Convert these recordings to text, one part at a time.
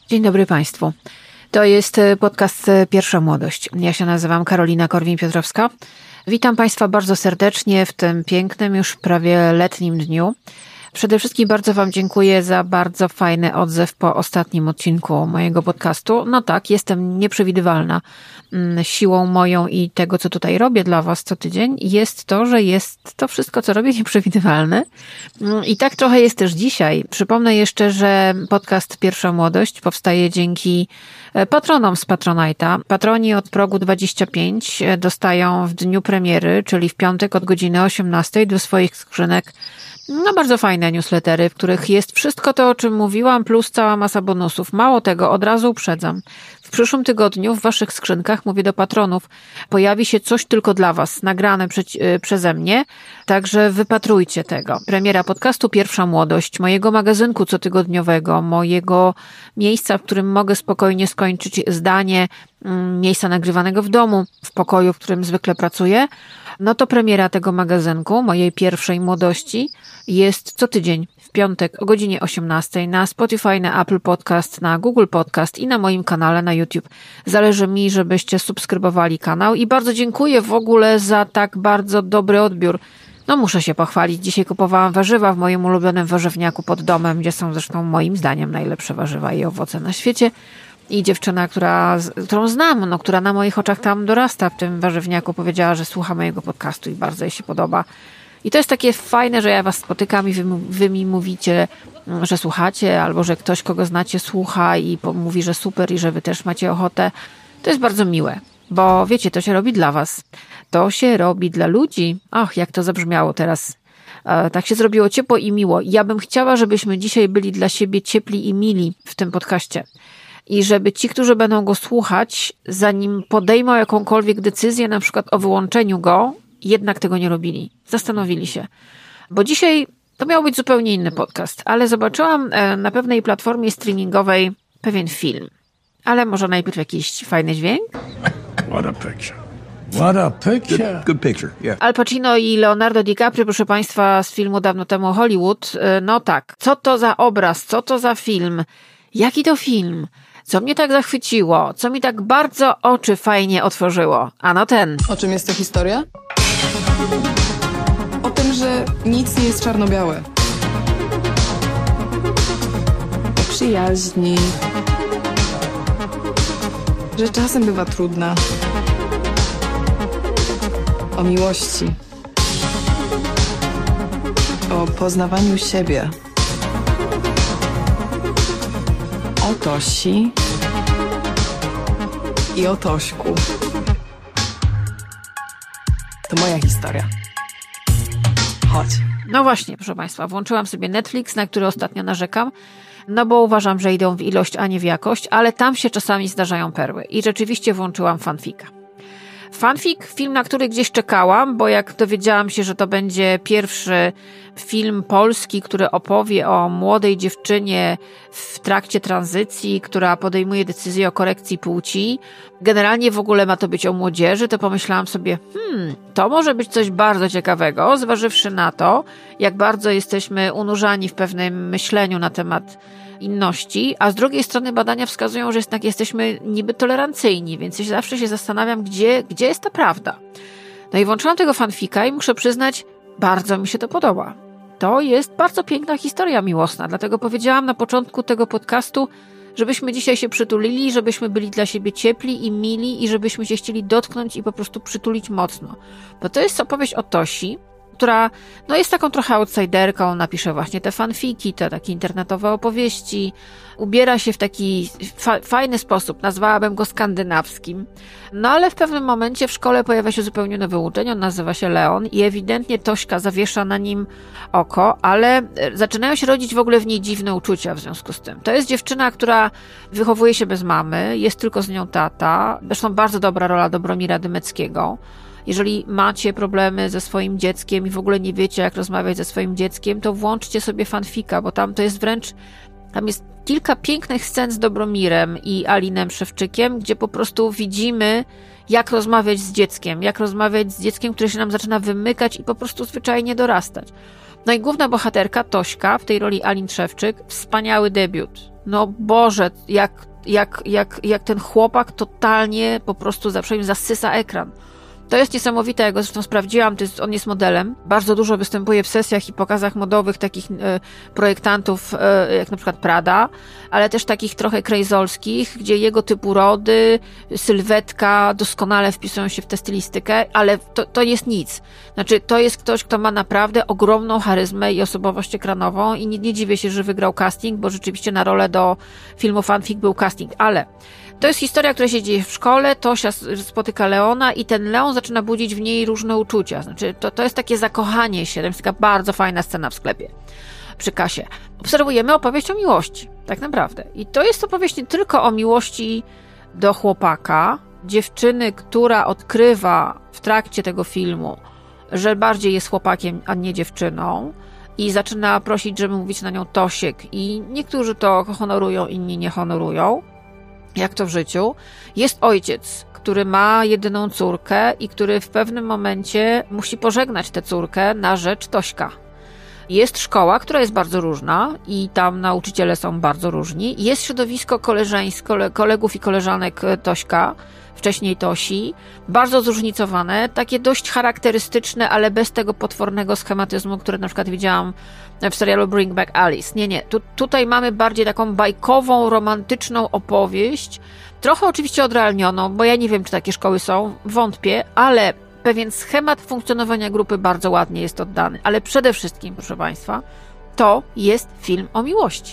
Dzień dobry Państwu. To jest podcast Pierwsza Młodość. Ja się nazywam Karolina Korwin-Piotrowska. Witam Państwa bardzo serdecznie w tym pięknym, już prawie letnim dniu. Przede wszystkim bardzo Wam dziękuję za bardzo fajny odzew po ostatnim odcinku mojego podcastu. No tak, jestem nieprzewidywalna. Siłą moją i tego, co tutaj robię dla Was co tydzień, jest to, że jest to wszystko, co robię, nieprzewidywalne. I tak trochę jest też dzisiaj. Przypomnę jeszcze, że podcast Pierwsza Młodość powstaje dzięki patronom z Patronite'a. Patroni od progu 25 dostają w dniu premiery, czyli w piątek od godziny 18 do swoich skrzynek bardzo fajne newslettery, w których jest wszystko to, o czym mówiłam, plus cała masa bonusów. Mało tego, od razu uprzedzam. W przyszłym tygodniu w Waszych skrzynkach, mówię do patronów, pojawi się coś tylko dla Was, nagrane przeze mnie, także wypatrujcie tego. Premiera podcastu Pierwsza Młodość, mojego magazynku cotygodniowego, mojego miejsca, w którym mogę spokojnie skończyć zdanie, miejsca nagrywanego w domu, w pokoju, w którym zwykle pracuję. No to premiera tego magazynku, mojej pierwszej młodości, jest co tydzień w piątek o godzinie 18 na Spotify, na Apple Podcast, na Google Podcast i na moim kanale na YouTube. Zależy mi, żebyście subskrybowali kanał i bardzo dziękuję w ogóle za tak bardzo dobry odbiór. No muszę się pochwalić, dzisiaj kupowałam warzywa w moim ulubionym warzywniaku pod domem, gdzie są zresztą moim zdaniem najlepsze warzywa i owoce na świecie. I dziewczyna, którą znam, która na moich oczach tam dorasta w tym warzywniaku, powiedziała, że słucha mojego podcastu i bardzo jej się podoba. I to jest takie fajne, że ja Was spotykam i wy mi mówicie, że słuchacie, albo że ktoś, kogo znacie, słucha i mówi, że super i że Wy też macie ochotę. To jest bardzo miłe, bo wiecie, to się robi dla Was. To się robi dla ludzi. Ach, jak to zabrzmiało teraz. Tak się zrobiło ciepło i miło. Ja bym chciała, żebyśmy dzisiaj byli dla siebie ciepli i mili w tym podcaście. I żeby ci, którzy będą go słuchać, zanim podejmą jakąkolwiek decyzję, na przykład o wyłączeniu go, jednak tego nie robili. Zastanowili się. Bo dzisiaj to miał być zupełnie inny podcast, ale zobaczyłam na pewnej platformie streamingowej pewien film. Ale może najpierw jakiś fajny dźwięk? What a picture. What a picture. Good picture, yeah. Al Pacino i Leonardo DiCaprio, proszę Państwa, z filmu dawno temu Hollywood. No tak, co to za obraz, co to za film? Jaki to film? Co mnie tak zachwyciło? Co mi tak bardzo oczy fajnie otworzyło? Ano ten. O czym jest ta historia? O tym, że nic nie jest czarno-białe. O przyjaźni. Że czasem bywa trudna. O miłości. O poznawaniu siebie. O Tosi i o Tośku. To moja historia. Chodź. No właśnie, proszę Państwa, włączyłam sobie Netflix, na który ostatnio narzekam, no bo uważam, że idą w ilość, a nie w jakość, ale tam się czasami zdarzają perły. I rzeczywiście włączyłam fanfika. Fanfic, film, na który gdzieś czekałam, bo jak dowiedziałam się, że to będzie pierwszy film polski, który opowie o młodej dziewczynie w trakcie tranzycji, która podejmuje decyzję o korekcji płci, generalnie w ogóle ma to być o młodzieży, to pomyślałam sobie, to może być coś bardzo ciekawego, zważywszy na to, jak bardzo jesteśmy unurzani w pewnym myśleniu na temat inności, a z drugiej strony badania wskazują, że jednak jesteśmy niby tolerancyjni, więc ja zawsze się zastanawiam, gdzie jest ta prawda. No i włączyłam tego fanfika i muszę przyznać, bardzo mi się to podoba. To jest bardzo piękna historia miłosna, dlatego powiedziałam na początku tego podcastu, żebyśmy dzisiaj się przytulili, żebyśmy byli dla siebie ciepli i mili i żebyśmy się chcieli dotknąć i po prostu przytulić mocno. Bo to jest opowieść o Tosi, która jest taką trochę outsiderką, napisze właśnie te fanfiki, te takie internetowe opowieści, ubiera się w taki fajny sposób, nazwałabym go skandynawskim. No ale w pewnym momencie w szkole pojawia się zupełnie nowy uczeń, on nazywa się Leon i ewidentnie Tośka zawiesza na nim oko, ale zaczynają się rodzić w ogóle w niej dziwne uczucia w związku z tym. To jest dziewczyna, która wychowuje się bez mamy, jest tylko z nią tata, zresztą bardzo dobra rola Dobromira Dymeckiego. Jeżeli macie problemy ze swoim dzieckiem i w ogóle nie wiecie, jak rozmawiać ze swoim dzieckiem, to włączcie sobie fanfika, bo tam to jest wręcz, tam jest kilka pięknych scen z Dobromirem i Alinem Szewczykiem, gdzie po prostu widzimy, jak rozmawiać z dzieckiem, które się nam zaczyna wymykać i po prostu zwyczajnie dorastać. No i główna bohaterka, Tośka, w tej roli Alin Szewczyk, wspaniały debiut. No Boże, jak ten chłopak totalnie po prostu zawsze im zasysa ekran. To jest niesamowite, ja go zresztą sprawdziłam, on jest modelem. Bardzo dużo występuje w sesjach i pokazach modowych takich projektantów, jak na przykład Prada, ale też takich trochę krejzolskich, gdzie jego typu rody, sylwetka doskonale wpisują się w tę stylistykę, ale to jest nic. Znaczy, to jest ktoś, kto ma naprawdę ogromną charyzmę i osobowość ekranową i nie dziwię się, że wygrał casting, bo rzeczywiście na rolę do filmu Fanfic był casting, ale to jest historia, która się dzieje w szkole, Tosia spotyka Leona i ten Leon zaczyna budzić w niej różne uczucia. Znaczy, to jest takie zakochanie się, to jest taka bardzo fajna scena w sklepie przy kasie. Obserwujemy opowieść o miłości, tak naprawdę. I to jest opowieść nie tylko o miłości do chłopaka, dziewczyny, która odkrywa w trakcie tego filmu, że bardziej jest chłopakiem, a nie dziewczyną i zaczyna prosić, żeby mówić na nią Tosiek i niektórzy to honorują, inni nie honorują. Jak to w życiu, jest ojciec, który ma jedyną córkę i który w pewnym momencie musi pożegnać tę córkę na rzecz Tośka. Jest szkoła, która jest bardzo różna i tam nauczyciele są bardzo różni. Jest środowisko kolegów i koleżanek Tośka, wcześniej Tosi, bardzo zróżnicowane, takie dość charakterystyczne, ale bez tego potwornego schematyzmu, który na przykład widziałam w serialu Bring Back Alice. Nie. Tutaj mamy bardziej taką bajkową, romantyczną opowieść, trochę oczywiście odrealnioną, bo ja nie wiem, czy takie szkoły są, wątpię, ale pewien schemat funkcjonowania grupy bardzo ładnie jest oddany. Ale przede wszystkim, proszę Państwa, to jest film o miłości.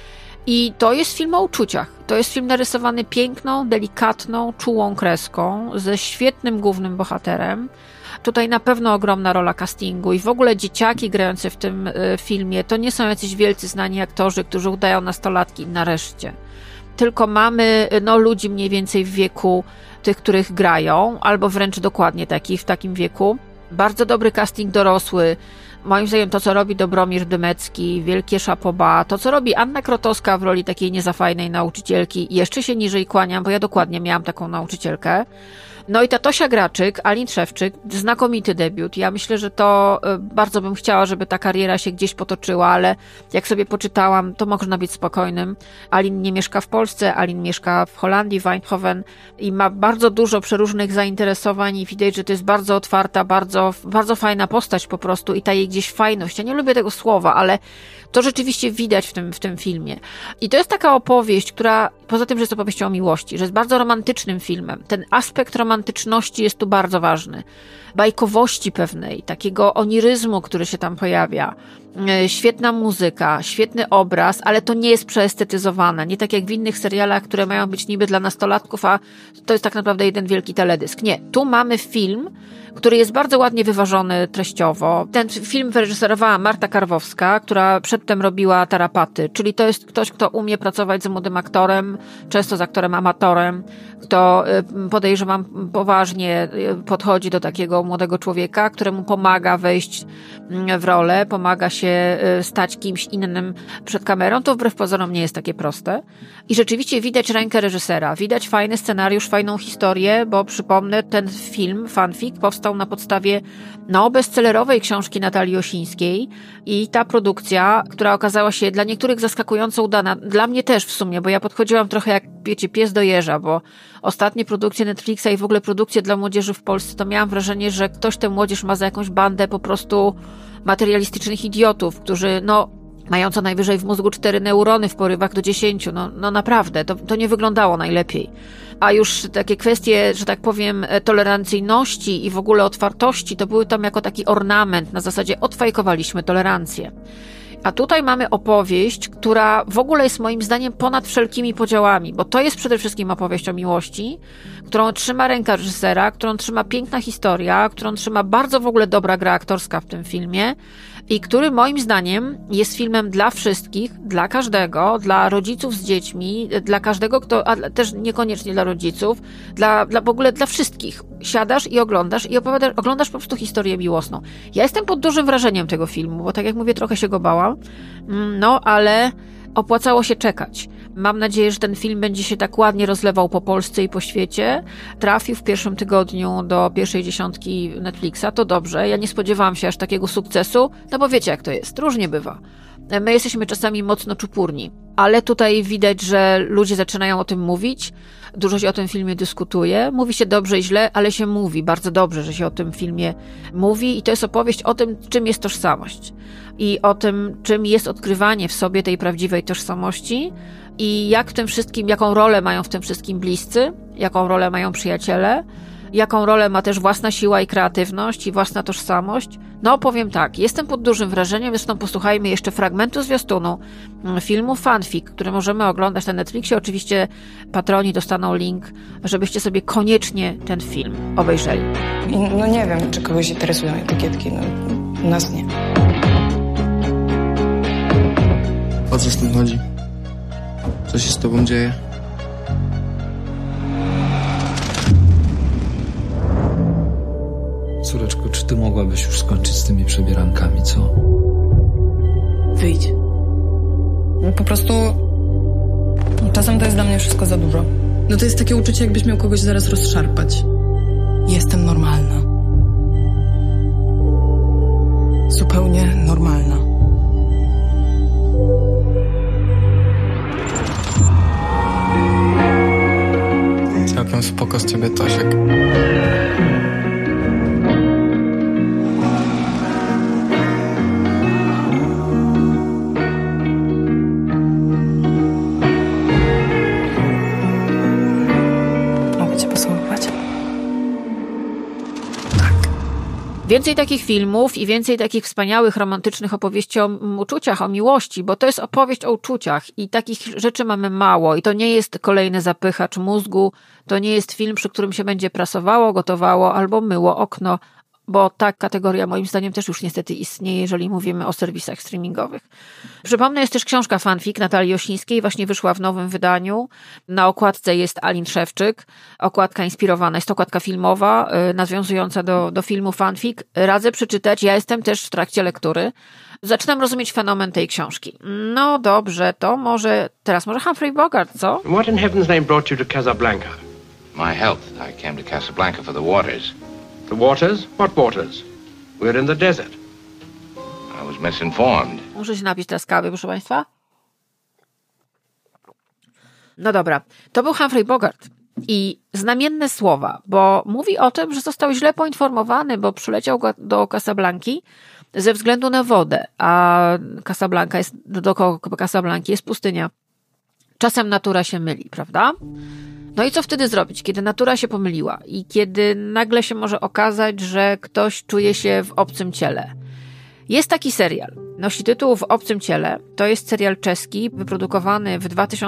I to jest film o uczuciach. To jest film narysowany piękną, delikatną, czułą kreską, ze świetnym głównym bohaterem. Tutaj na pewno ogromna rola castingu i w ogóle dzieciaki grające w tym filmie to nie są jacyś wielcy znani aktorzy, którzy udają nastolatki nareszcie. Tylko mamy ludzi mniej więcej w wieku tych, których grają, albo wręcz dokładnie takich w takim wieku. Bardzo dobry casting dorosły. Moim zdaniem to, co robi Dobromir Dymecki, wielkie szapoba, to, co robi Anna Krotowska w roli takiej niezafajnej nauczycielki, jeszcze się niżej kłaniam, bo ja dokładnie miałam taką nauczycielkę. No i ta Tosia Graczyk, Alin Szewczyk, znakomity debiut. Ja myślę, że to bardzo bym chciała, żeby ta kariera się gdzieś potoczyła, ale jak sobie poczytałam, to można być spokojnym. Alin nie mieszka w Polsce, Alin mieszka w Holandii, w Eindhoven i ma bardzo dużo przeróżnych zainteresowań i widać, że to jest bardzo otwarta, bardzo fajna postać po prostu i ta jej gdzieś fajność. Ja nie lubię tego słowa, ale to rzeczywiście widać w tym filmie. I to jest taka opowieść, która, poza tym, że jest opowieścią o miłości, że jest bardzo romantycznym filmem. Ten aspekt romantyczności jest tu bardzo ważny. Bajkowości pewnej, takiego oniryzmu, który się tam pojawia. Świetna muzyka, świetny obraz, ale to nie jest przeestetyzowane. Nie tak jak w innych serialach, które mają być niby dla nastolatków, a to jest tak naprawdę jeden wielki teledysk. Nie, tu mamy film, który jest bardzo ładnie wyważony treściowo. Ten film wyreżyserowała Marta Karwowska, która przedtem robiła Tarapaty, czyli to jest ktoś, kto umie pracować z młodym aktorem, często z aktorem amatorem, kto podejrzewam poważnie podchodzi do takiego młodego człowieka, któremu pomaga wejść w rolę, pomaga się stać kimś innym przed kamerą. To wbrew pozorom nie jest takie proste. I rzeczywiście widać rękę reżysera, widać fajny scenariusz, fajną historię, bo przypomnę, ten film, Fanfic, powstał na podstawie bestsellerowej książki Natalii Osińskiej i ta produkcja, która okazała się dla niektórych zaskakująco udana, dla mnie też w sumie, bo ja podchodziłam trochę jak, wiecie, pies do jeża, bo ostatnie produkcje Netflixa i w ogóle produkcje dla młodzieży w Polsce, to miałam wrażenie, że ktoś tę młodzież ma za jakąś bandę po prostu materialistycznych idiotów, którzy mają co najwyżej w mózgu 4 neurony w porywach do 10. No naprawdę, to nie wyglądało najlepiej. A już takie kwestie, że tak powiem, tolerancyjności i w ogóle otwartości, to były tam jako taki ornament, na zasadzie odfajkowaliśmy tolerancję. A tutaj mamy opowieść, która w ogóle jest moim zdaniem ponad wszelkimi podziałami, bo to jest przede wszystkim opowieść o miłości, którą trzyma ręka reżysera, którą trzyma piękna historia, którą trzyma bardzo w ogóle dobra gra aktorska w tym filmie i który moim zdaniem jest filmem dla wszystkich, dla każdego, dla rodziców z dziećmi, dla każdego, a też niekoniecznie dla rodziców, w ogóle dla wszystkich. Siadasz i oglądasz oglądasz po prostu historię miłosną. Ja jestem pod dużym wrażeniem tego filmu, bo tak jak mówię, trochę się go bałam, ale opłacało się czekać. Mam nadzieję, że ten film będzie się tak ładnie rozlewał po Polsce i po świecie. Trafił w pierwszym tygodniu do pierwszej dziesiątki Netflixa, to dobrze. Ja nie spodziewałam się aż takiego sukcesu, bo wiecie jak to jest, różnie bywa. My jesteśmy czasami mocno czupurni, ale tutaj widać, że ludzie zaczynają o tym mówić, dużo się o tym filmie dyskutuje, mówi się dobrze i źle, ale się mówi bardzo dobrze, że się o tym filmie mówi i to jest opowieść o tym, czym jest tożsamość i o tym, czym jest odkrywanie w sobie tej prawdziwej tożsamości i jak w tym wszystkim, jaką rolę mają w tym wszystkim bliscy, jaką rolę mają przyjaciele, jaką rolę ma też własna siła i kreatywność i własna tożsamość. No powiem tak, jestem pod dużym wrażeniem, zresztą posłuchajmy jeszcze fragmentu zwiastunu filmu Fanfic, który możemy oglądać na Netflixie. Oczywiście patroni dostaną link, żebyście sobie koniecznie ten film obejrzeli. No nie wiem, czy kogoś interesują etykietki, no nas nie. O co z tym chodzi? Co się z tobą dzieje? Córeczko, czy ty mogłabyś już skończyć z tymi przebierankami, co? Wyjdź. Po prostu czasem to jest dla mnie wszystko za dużo. No to jest takie uczucie, jakbyś miał kogoś zaraz rozszarpać. Jestem normalna. Zupełnie normalna. Całkiem spoko z ciebie, Tosiek. Mogę cię pocałować? Więcej takich filmów i więcej takich wspaniałych, romantycznych opowieści o uczuciach, o miłości, bo to jest opowieść o uczuciach i takich rzeczy mamy mało i to nie jest kolejny zapychacz mózgu, to nie jest film, przy którym się będzie prasowało, gotowało albo myło okno, bo ta kategoria moim zdaniem też już niestety istnieje, jeżeli mówimy o serwisach streamingowych. Przypomnę, jest też książka Fanfic Natalii Osińskiej, właśnie wyszła w nowym wydaniu. Na okładce jest Alin Szewczyk, okładka inspirowana, jest to okładka filmowa, nawiązująca do filmu Fanfic. Radzę przeczytać, ja jestem też w trakcie lektury. Zaczynam rozumieć fenomen tej książki. No dobrze, to teraz może Humphrey Bogart, co? What in heaven's name brought you to Casablanca? My health. I came to Casablanca for the waters. The waters? What waters? We're in the desert. I was misinformed. Muszę się napić teraz kawy, proszę Państwa. No dobra, to był Humphrey Bogart i znamienne słowa, bo mówi o tym, że został źle poinformowany, bo przyleciał do Casablanki ze względu na wodę, a dookoła Casablanki jest pustynia. Czasem natura się myli, prawda? No i co wtedy zrobić, kiedy natura się pomyliła i kiedy nagle się może okazać, że ktoś czuje się w obcym ciele? Jest taki serial, nosi tytuł W obcym ciele, to jest serial czeski, wyprodukowany w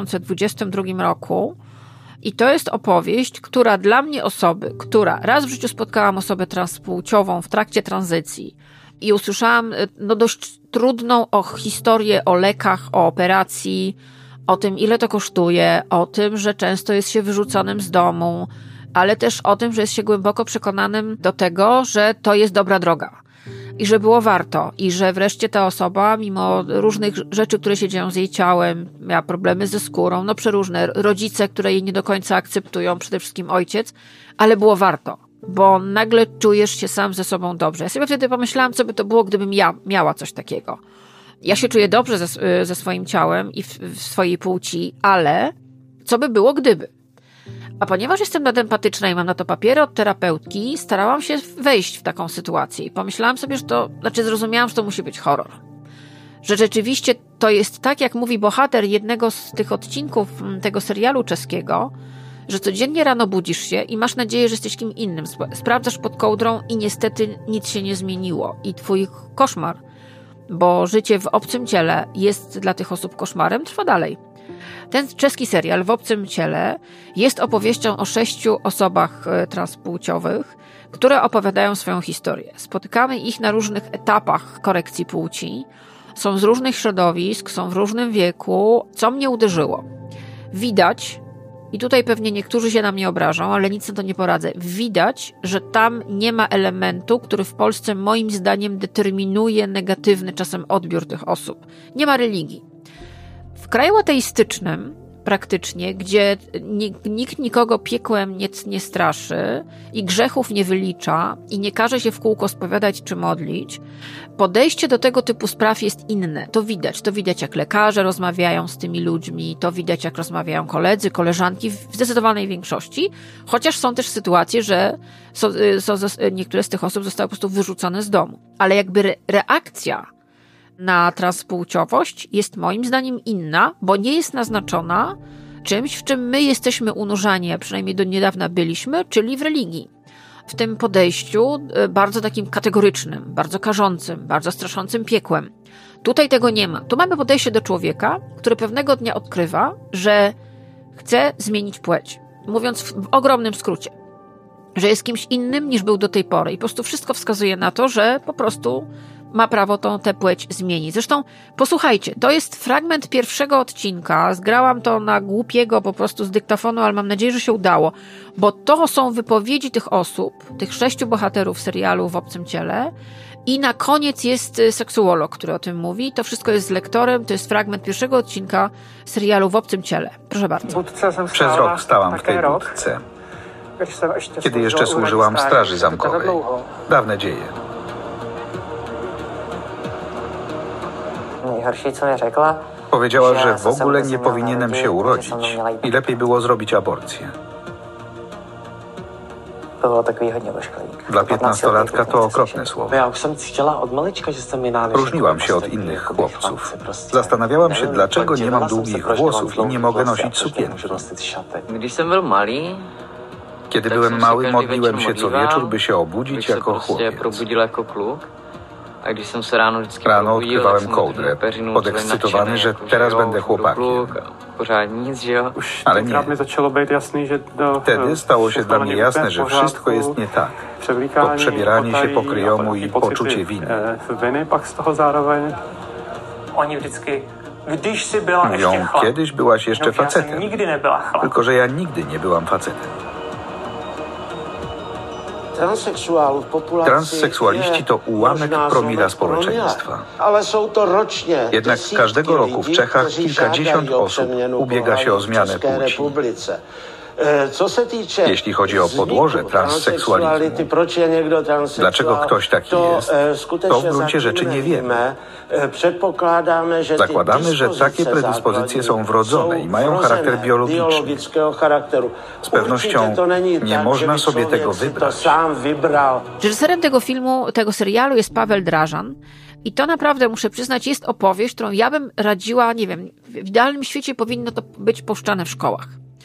2022 roku i to jest opowieść, która dla mnie która raz w życiu spotkałam osobę transpłciową w trakcie tranzycji i usłyszałam dość trudną historię o lekach, o operacji, o tym, ile to kosztuje, o tym, że często jest się wyrzuconym z domu, ale też o tym, że jest się głęboko przekonanym do tego, że to jest dobra droga i że było warto i że wreszcie ta osoba, mimo różnych rzeczy, które się dzieją z jej ciałem, miała problemy ze skórą, przeróżne, rodzice, które jej nie do końca akceptują, przede wszystkim ojciec, ale było warto, bo nagle czujesz się sam ze sobą dobrze. Ja sobie wtedy pomyślałam, co by to było, gdybym ja miała coś takiego. Ja się czuję dobrze ze swoim ciałem i w swojej płci, ale co by było, gdyby? A ponieważ jestem nadempatyczna i mam na to papiery od terapeutki, starałam się wejść w taką sytuację i pomyślałam sobie, że zrozumiałam, że to musi być horror. Że rzeczywiście to jest tak, jak mówi bohater jednego z tych odcinków tego serialu czeskiego, że codziennie rano budzisz się i masz nadzieję, że jesteś kim innym. Sprawdzasz pod kołdrą i niestety nic się nie zmieniło. I twój koszmar, bo życie w obcym ciele jest dla tych osób koszmarem, trwa dalej. Ten czeski serial W obcym ciele jest opowieścią o 6 osobach transpłciowych, które opowiadają swoją historię. Spotykamy ich na różnych etapach korekcji płci, są z różnych środowisk, są w różnym wieku. Co mnie uderzyło? Widać, i tutaj pewnie niektórzy się na mnie obrażą, ale nic na to nie poradzę, widać, że tam nie ma elementu, który w Polsce moim zdaniem determinuje negatywny czasem odbiór tych osób. Nie ma religii. W kraju ateistycznym praktycznie, gdzie nikt nikogo piekłem nie straszy i grzechów nie wylicza i nie każe się w kółko spowiadać czy modlić, podejście do tego typu spraw jest inne. To widać jak lekarze rozmawiają z tymi ludźmi, to widać jak rozmawiają koledzy, koleżanki w zdecydowanej większości, chociaż są też sytuacje, że niektóre z tych osób zostały po prostu wyrzucone z domu. Ale jakby reakcja na transpłciowość jest moim zdaniem inna, bo nie jest naznaczona czymś, w czym my jesteśmy unurzani, a przynajmniej do niedawna byliśmy, czyli w religii. W tym podejściu bardzo takim kategorycznym, bardzo karzącym, bardzo straszącym piekłem. Tutaj tego nie ma. Tu mamy podejście do człowieka, który pewnego dnia odkrywa, że chce zmienić płeć. Mówiąc w ogromnym skrócie. Że jest kimś innym niż był do tej pory. I po prostu wszystko wskazuje na to, że po prostu ma prawo tę płeć zmienić. Zresztą posłuchajcie, to jest fragment pierwszego odcinka. Zgrałam to na głupiego po prostu z dyktafonu, ale mam nadzieję, że się udało. Bo to są wypowiedzi tych osób, tych 6 bohaterów serialu W obcym ciele. I na koniec jest seksuolog, który o tym mówi. To wszystko jest z lektorem. To jest fragment pierwszego odcinka serialu W obcym ciele. Proszę bardzo. Przez rok stałam w tej budce. Kiedy jeszcze służyłam w straży zamkowej. Dawne dzieje. Powiedziała, że w ogóle nie powinienem się urodzić i lepiej było zrobić aborcję. Dla 15-latka to okropne słowo. Różniłam się od innych chłopców. Zastanawiałam się, dlaczego nie mam długich włosów i nie mogę nosić sukienki. Kiedy byłem mały, modliłem się co wieczór, by się obudzić jako chłopiec. Rano odkrywałem kołdrę, podekscytowany, że teraz będę chłopakiem. Ale nie. Wtedy stało się dla mnie jasne, że wszystko jest nie tak. To przebieranie się pokryjomu i poczucie winy. Mówią, kiedyś byłaś jeszcze facetem. Tylko że ja nigdy nie byłam facetem. Transseksualiści to ułamek promila społeczeństwa. Jednak każdego roku w Czechach kilkadziesiąt osób ubiega się o zmianę płci. Jeśli chodzi o podłoże transseksualizmu, dlaczego ktoś taki jest, to w gruncie rzeczy nie wiemy. Zakładamy, że takie predyspozycje są wrodzone i mają charakter biologiczny. Z pewnością nie można sobie tego wybrać. Reżyserem tego serialu jest Paweł Drażan. I to naprawdę, muszę przyznać, jest opowieść, którą ja bym radziła, nie wiem, w idealnym świecie powinno to być puszczane w szkołach.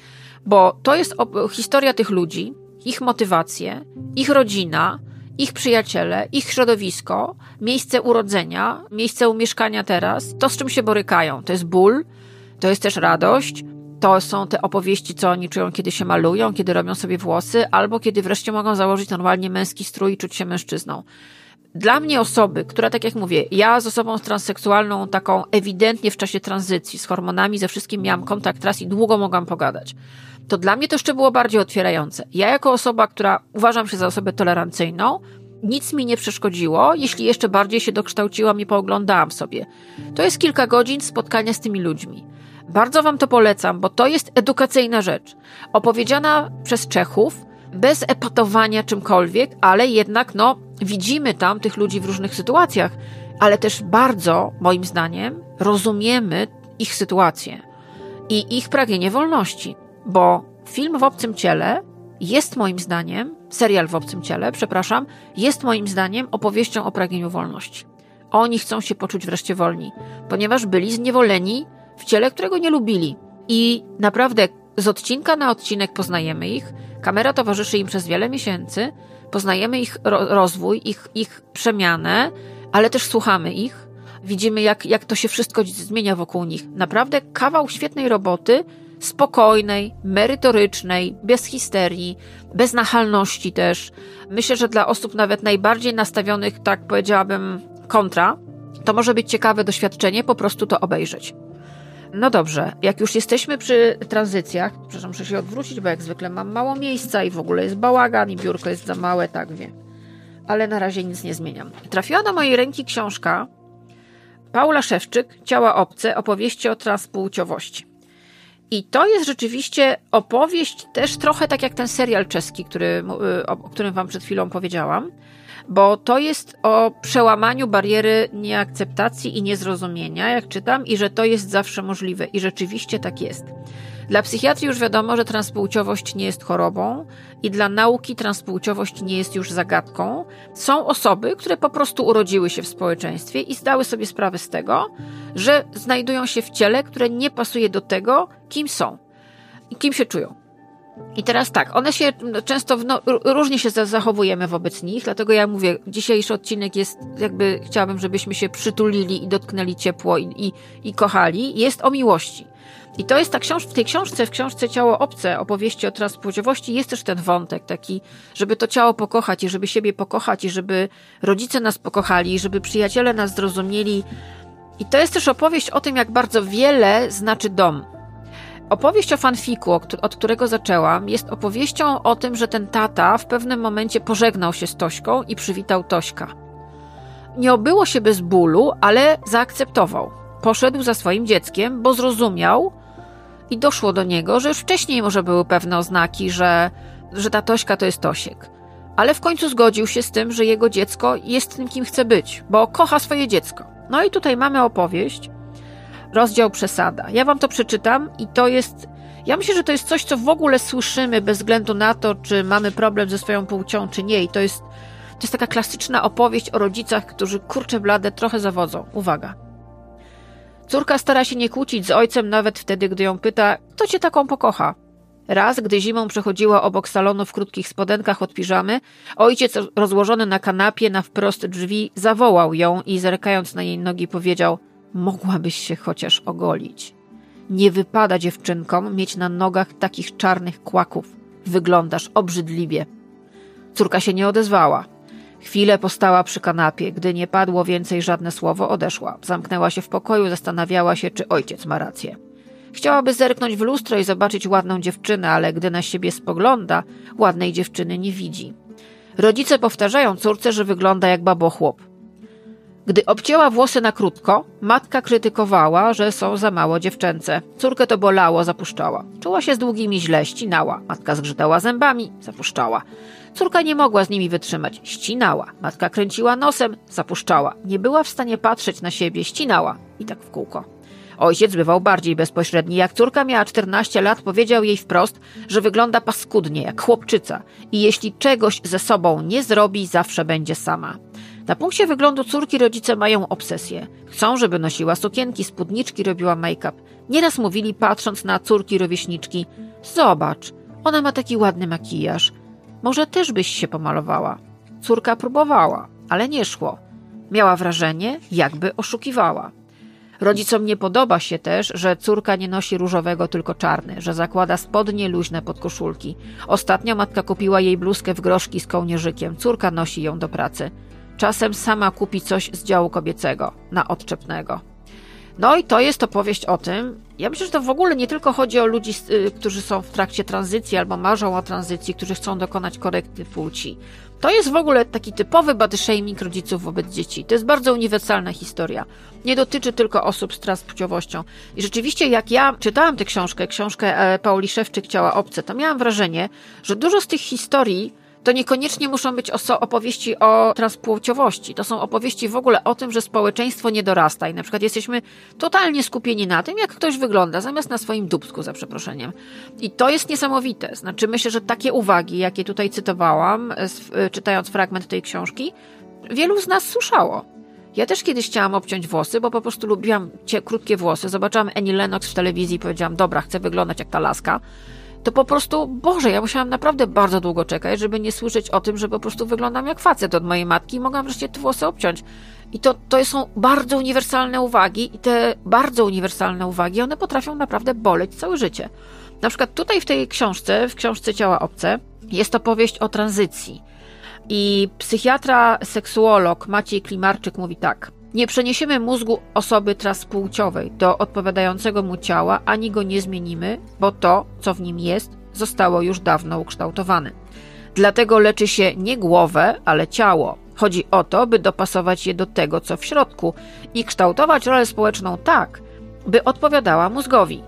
Bo to jest historia tych ludzi, ich motywacje, ich rodzina, ich przyjaciele, ich środowisko, miejsce urodzenia, miejsce umieszkania teraz, to z czym się borykają. To jest ból, to jest też radość, to są te opowieści, co oni czują, kiedy się malują, kiedy robią sobie włosy, albo kiedy wreszcie mogą założyć normalnie męski strój i czuć się mężczyzną. Dla mnie osoby, która, tak jak mówię, ja z osobą transseksualną, taką ewidentnie w czasie tranzycji, z hormonami, ze wszystkim miałam kontakt raz i długo mogłam pogadać, to dla mnie to jeszcze było bardziej otwierające. Ja jako osoba, która uważam się za osobę tolerancyjną, nic mi nie przeszkodziło, jeśli jeszcze bardziej się dokształciłam i pooglądałam sobie. To jest kilka godzin spotkania z tymi ludźmi. Bardzo wam to polecam, bo to jest edukacyjna rzecz. Opowiedziana przez Czechów, bez epatowania czymkolwiek, ale jednak, widzimy tam tych ludzi w różnych sytuacjach, ale też bardzo, moim zdaniem, rozumiemy ich sytuację i ich pragnienie wolności, bo film W obcym ciele jest moim zdaniem, serial W obcym ciele, jest moim zdaniem opowieścią o pragnieniu wolności. Oni chcą się poczuć wreszcie wolni, ponieważ byli zniewoleni w ciele, którego nie lubili. I naprawdę z odcinka na odcinek poznajemy ich, kamera towarzyszy im przez wiele miesięcy, poznajemy ich rozwój, ich przemianę, ale też słuchamy ich, widzimy jak to się wszystko zmienia wokół nich. Naprawdę kawał świetnej roboty, spokojnej, merytorycznej, bez histerii, bez nachalności też. Myślę, że dla osób nawet najbardziej nastawionych, tak powiedziałabym, kontra, to może być ciekawe doświadczenie, po prostu to obejrzeć. No dobrze, jak już jesteśmy przy tranzycjach, przepraszam, muszę się odwrócić, bo jak zwykle mam mało miejsca i w ogóle jest bałagan i biurko jest za małe, tak wiem. Ale na razie nic nie zmieniam. Trafiła do mojej ręki książka Paula Szewczyk, Ciała obce, opowieści o transpłciowości. I to jest rzeczywiście opowieść też trochę tak jak ten serial czeski, o którym wam przed chwilą powiedziałam, bo to jest o przełamaniu bariery nieakceptacji i niezrozumienia, jak czytam, i że to jest zawsze możliwe. I rzeczywiście tak jest. Dla psychiatrii już wiadomo, że transpłciowość nie jest chorobą i dla nauki transpłciowość nie jest już zagadką. Są osoby, które po prostu urodziły się w społeczeństwie i zdały sobie sprawę z tego, że znajdują się w ciele, które nie pasuje do tego, kim są i kim się czują. I teraz tak, one się często, różnie się zachowujemy wobec nich, dlatego ja mówię, dzisiejszy odcinek jest jakby, chciałabym, żebyśmy się przytulili i dotknęli ciepło i kochali, jest o miłości. I to jest w tej książce, w książce Ciało obce, opowieści o transpłciowości, jest też ten wątek taki, żeby to ciało pokochać i żeby siebie pokochać i żeby rodzice nas pokochali i żeby przyjaciele nas zrozumieli. I to jest też opowieść o tym, jak bardzo wiele znaczy dom. Opowieść o fanfiku, od którego zaczęłam, jest opowieścią o tym, że ten tata w pewnym momencie pożegnał się z Tośką i przywitał Tośka. Nie obyło się bez bólu, ale zaakceptował. Poszedł za swoim dzieckiem, bo zrozumiał i doszło do niego, że już wcześniej może były pewne oznaki, że ta Tośka to jest Tosiek. Ale w końcu zgodził się z tym, że jego dziecko jest tym, kim chce być, bo kocha swoje dziecko. No i tutaj mamy opowieść, rozdział przesada. Ja wam to przeczytam i to jest... Ja myślę, że to jest coś, co w ogóle słyszymy bez względu na to, czy mamy problem ze swoją płcią, czy nie. I to jest taka klasyczna opowieść o rodzicach, którzy kurczę blade trochę zawodzą. Uwaga. Córka stara się nie kłócić z ojcem nawet wtedy, gdy ją pyta, kto cię taką pokocha. Raz, gdy zimą przechodziła obok salonu w krótkich spodenkach od piżamy, ojciec rozłożony na kanapie na wprost drzwi zawołał ją i zerkając na jej nogi powiedział: mogłabyś się chociaż ogolić. Nie wypada dziewczynkom mieć na nogach takich czarnych kłaków. Wyglądasz obrzydliwie. Córka się nie odezwała. Chwilę postała przy kanapie. Gdy nie padło więcej żadne słowo, odeszła. Zamknęła się w pokoju, zastanawiała się, czy ojciec ma rację. Chciałaby zerknąć w lustro i zobaczyć ładną dziewczynę, ale gdy na siebie spogląda, ładnej dziewczyny nie widzi. Rodzice powtarzają córce, że wygląda jak babochłop. Gdy obcięła włosy na krótko, matka krytykowała, że są za mało dziewczęce. Córkę to bolało, zapuszczała. Czuła się z długimi źle, ścinała. Matka zgrzytała zębami, zapuszczała. Córka nie mogła z nimi wytrzymać, ścinała. Matka kręciła nosem, zapuszczała. Nie była w stanie patrzeć na siebie, ścinała. I tak w kółko. Ojciec bywał bardziej bezpośredni. Jak córka miała 14 lat, powiedział jej wprost, że wygląda paskudnie, jak chłopczyca. I jeśli czegoś ze sobą nie zrobi, zawsze będzie sama. Na punkcie wyglądu córki rodzice mają obsesję. Chcą, żeby nosiła sukienki, spódniczki, robiła make-up. Nieraz mówili, patrząc na córki rówieśniczki: zobacz, ona ma taki ładny makijaż. Może też byś się pomalowała. Córka próbowała, ale nie szło. Miała wrażenie, jakby oszukiwała. Rodzicom nie podoba się też, że córka nie nosi różowego, tylko czarny, że zakłada spodnie luźne podkoszulki. Ostatnio matka kupiła jej bluzkę w groszki z kołnierzykiem. Córka nosi ją do pracy. Czasem sama kupi coś z działu kobiecego, na odczepnego. No i to jest opowieść o tym. Ja myślę, że to w ogóle nie tylko chodzi o ludzi, którzy są w trakcie tranzycji albo marzą o tranzycji, którzy chcą dokonać korekty płci. To jest w ogóle taki typowy body shaming rodziców wobec dzieci. To jest bardzo uniwersalna historia. Nie dotyczy tylko osób z transpłciowością. I rzeczywiście, jak ja czytałam tę książkę Pauli Szewczyk Ciała obce, to miałam wrażenie, że dużo z tych historii to niekoniecznie muszą być opowieści o transpłciowości. To są opowieści w ogóle o tym, że społeczeństwo nie dorasta i na przykład jesteśmy totalnie skupieni na tym, jak ktoś wygląda, zamiast na swoim dupsku, za przeproszeniem. I to jest niesamowite. Znaczy myślę, że takie uwagi, jakie tutaj cytowałam, czytając fragment tej książki, wielu z nas słyszało. Ja też kiedyś chciałam obciąć włosy, bo po prostu lubiłam krótkie włosy. Zobaczyłam Annie Lennox w telewizji i powiedziałam: dobra, chcę wyglądać jak ta laska. To po prostu, Boże, ja musiałam naprawdę bardzo długo czekać, żeby nie słyszeć o tym, że po prostu wyglądam jak facet od mojej matki i mogłam wreszcie te włosy obciąć. I to są bardzo uniwersalne uwagi i te bardzo uniwersalne uwagi, one potrafią naprawdę boleć całe życie. Na przykład tutaj w tej książce, w książce Ciała obce, jest opowieść o tranzycji. I psychiatra, seksuolog Maciej Klimarczyk mówi tak: nie przeniesiemy mózgu osoby transpłciowej do odpowiadającego mu ciała, ani go nie zmienimy, bo to, co w nim jest, zostało już dawno ukształtowane. Dlatego leczy się nie głowę, ale ciało. Chodzi o to, by dopasować je do tego, co w środku i kształtować rolę społeczną tak, by odpowiadała mózgowi.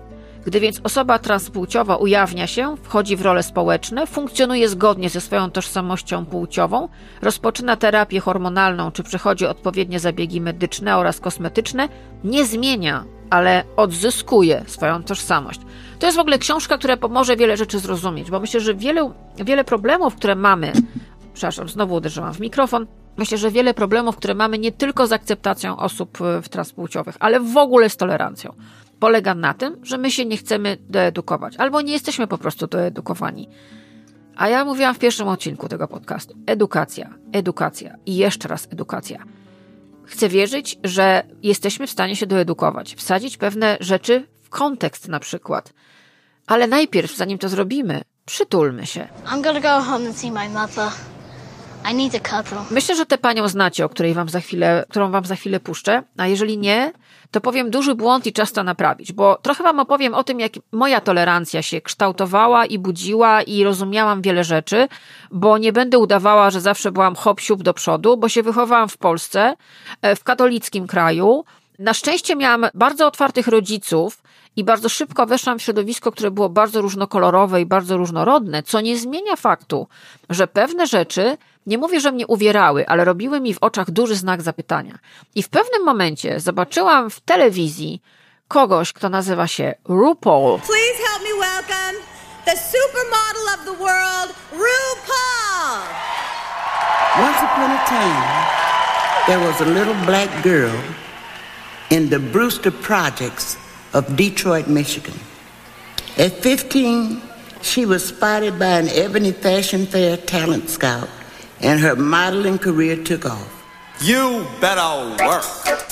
Gdy więc osoba transpłciowa ujawnia się, wchodzi w role społeczne, funkcjonuje zgodnie ze swoją tożsamością płciową, rozpoczyna terapię hormonalną czy przechodzi odpowiednie zabiegi medyczne oraz kosmetyczne, nie zmienia, ale odzyskuje swoją tożsamość. To jest w ogóle książka, która pomoże wiele rzeczy zrozumieć, bo myślę, że wiele problemów, które mamy, przepraszam, znowu uderzyłam w mikrofon, myślę, że wiele problemów, które mamy nie tylko z akceptacją osób transpłciowych, ale w ogóle z tolerancją, polega na tym, że my się nie chcemy doedukować, albo nie jesteśmy po prostu doedukowani. A ja mówiłam w pierwszym odcinku tego podcastu. Edukacja i jeszcze raz edukacja. Chcę wierzyć, że jesteśmy w stanie się doedukować, wsadzić pewne rzeczy w kontekst na przykład. Ale najpierw, zanim to zrobimy, przytulmy się. I'm gonna go home and see my mother. I need a cuddle. Myślę, że tę panią znacie, którą wam za chwilę puszczę, a jeżeli nie, to powiem duży błąd i czas to naprawić, bo trochę wam opowiem o tym, jak moja tolerancja się kształtowała i budziła i rozumiałam wiele rzeczy, bo nie będę udawała, że zawsze byłam hop-siup do przodu, bo się wychowałam w Polsce, w katolickim kraju. Na szczęście miałam bardzo otwartych rodziców i bardzo szybko weszłam w środowisko, które było bardzo różnokolorowe i bardzo różnorodne, co nie zmienia faktu, że pewne rzeczy, nie mówię, że mnie uwierały, ale robiły mi w oczach duży znak zapytania. I w pewnym momencie zobaczyłam w telewizji kogoś, kto nazywa się RuPaul. Please help me welcome the supermodel of the world, RuPaul. Once upon a time, there was a little black girl in the Brewster Projects of Detroit, Michigan. At 15, she was spotted by an Ebony Fashion Fair talent scout, and her modeling career took off. You better work.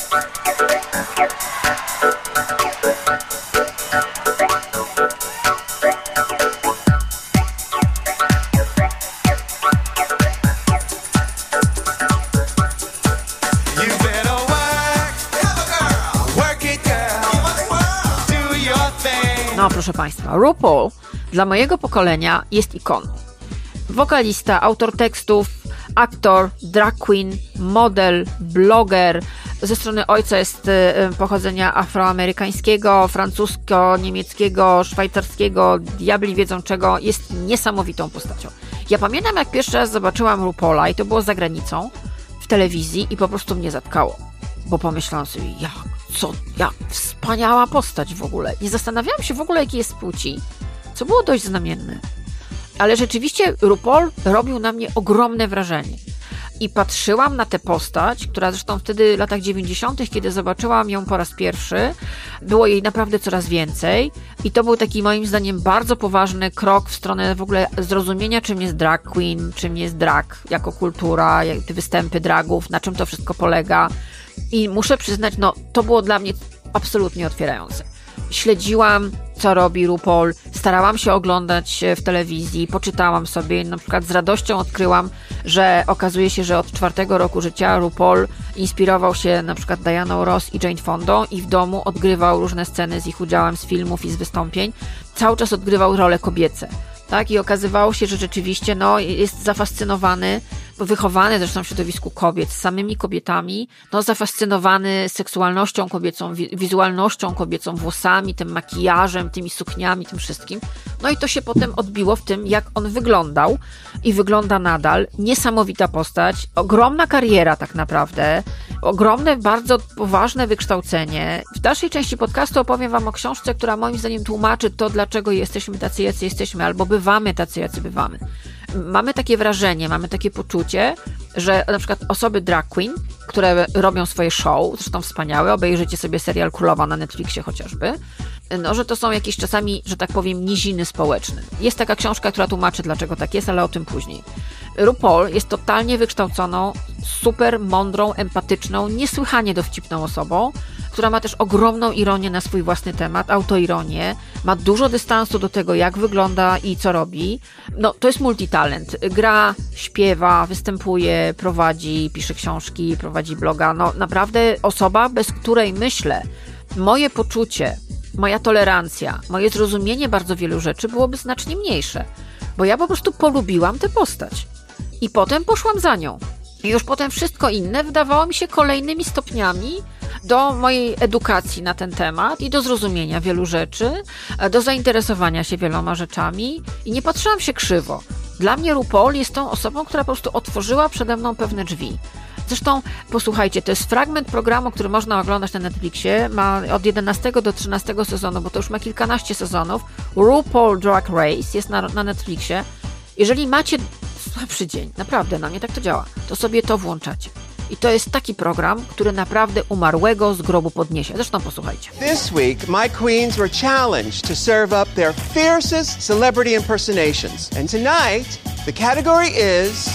No, proszę Państwa, RuPaul dla mojego pokolenia jest ikoną. Wokalista, autor tekstów, aktor, drag queen, model, bloger. Ze strony ojca jest pochodzenia afroamerykańskiego, francusko-niemieckiego, szwajcarskiego, diabli wiedzą czego. Jest niesamowitą postacią. Ja pamiętam, jak pierwszy raz zobaczyłam RuPaula i to było za granicą, w telewizji i po prostu mnie zatkało. Bo pomyślałam sobie, jak wspaniała postać w ogóle. Nie zastanawiałam się w ogóle, jaki jest płci, co było dość znamienne. Ale rzeczywiście RuPaul robił na mnie ogromne wrażenie. I patrzyłam na tę postać, która zresztą wtedy w latach 90., kiedy zobaczyłam ją po raz pierwszy, było jej naprawdę coraz więcej i to był taki moim zdaniem bardzo poważny krok w stronę w ogóle zrozumienia, czym jest drag queen, czym jest drag jako kultura, jak te występy dragów, na czym to wszystko polega. I muszę przyznać, to było dla mnie absolutnie otwierające. Śledziłam, co robi RuPaul, starałam się oglądać w telewizji, poczytałam sobie, na przykład z radością odkryłam, że okazuje się, że od 4 roku życia RuPaul inspirował się na przykład Dianą Ross i Jane Fondą i w domu odgrywał różne sceny z ich udziałem, z filmów i z wystąpień. Cały czas odgrywał role kobiece. Tak? I okazywało się, że rzeczywiście jest zafascynowany, wychowany zresztą w środowisku kobiet, z samymi kobietami, zafascynowany seksualnością kobiecą, wizualnością kobiecą, włosami, tym makijażem, tymi sukniami, tym wszystkim. No i to się potem odbiło w tym, jak on wyglądał i wygląda nadal. Niesamowita postać, ogromna kariera tak naprawdę, ogromne, bardzo poważne wykształcenie. W dalszej części podcastu opowiem wam o książce, która moim zdaniem tłumaczy to, dlaczego jesteśmy tacy, jacy jesteśmy, albo bywamy tacy, jacy bywamy. Mamy takie wrażenie, mamy takie poczucie, że na przykład osoby drag queen, które robią swoje show, zresztą wspaniałe, obejrzyjcie sobie serial Królowa na Netflixie chociażby, że to są jakieś czasami, że tak powiem, niziny społeczne. Jest taka książka, która tłumaczy, dlaczego tak jest, ale o tym później. RuPaul jest totalnie wykształconą, super mądrą, empatyczną, niesłychanie dowcipną osobą, która ma też ogromną ironię na swój własny temat, autoironię, ma dużo dystansu do tego, jak wygląda i co robi. To jest multitalent. Gra, śpiewa, występuje, prowadzi, pisze książki, prowadzi bloga. Naprawdę osoba, bez której myślę, moje poczucie, moja tolerancja, moje zrozumienie bardzo wielu rzeczy byłoby znacznie mniejsze. Bo ja po prostu polubiłam tę postać. I potem poszłam za nią. I już potem wszystko inne wydawało mi się kolejnymi stopniami do mojej edukacji na ten temat i do zrozumienia wielu rzeczy, do zainteresowania się wieloma rzeczami i nie patrzyłam się krzywo. Dla mnie RuPaul jest tą osobą, która po prostu otworzyła przede mną pewne drzwi. Zresztą, posłuchajcie, to jest fragment programu, który można oglądać na Netflixie, ma od 11 do 13 sezonu, bo to już ma kilkanaście sezonów. RuPaul Drag Race jest na Netflixie. Jeżeli macie słabszy dzień, naprawdę, na mnie tak to działa, to sobie to włączacie. I to jest taki program, który naprawdę umarłego z grobu podniesie. Zresztą posłuchajcie. This week, my queens were challenged to serve up their fiercest celebrity impersonations. And tonight, the category is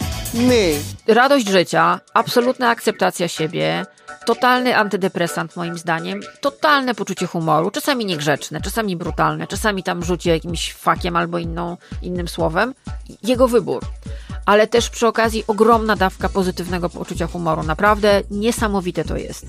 me. Radość życia, absolutna akceptacja siebie, totalny antydepresant moim zdaniem, totalne poczucie humoru, czasami niegrzeczne, czasami brutalne, czasami tam rzuci jakimś fakiem albo innym słowem. Jego wybór. Ale też przy okazji ogromna dawka pozytywnego poczucia humoru. Naprawdę niesamowite to jest.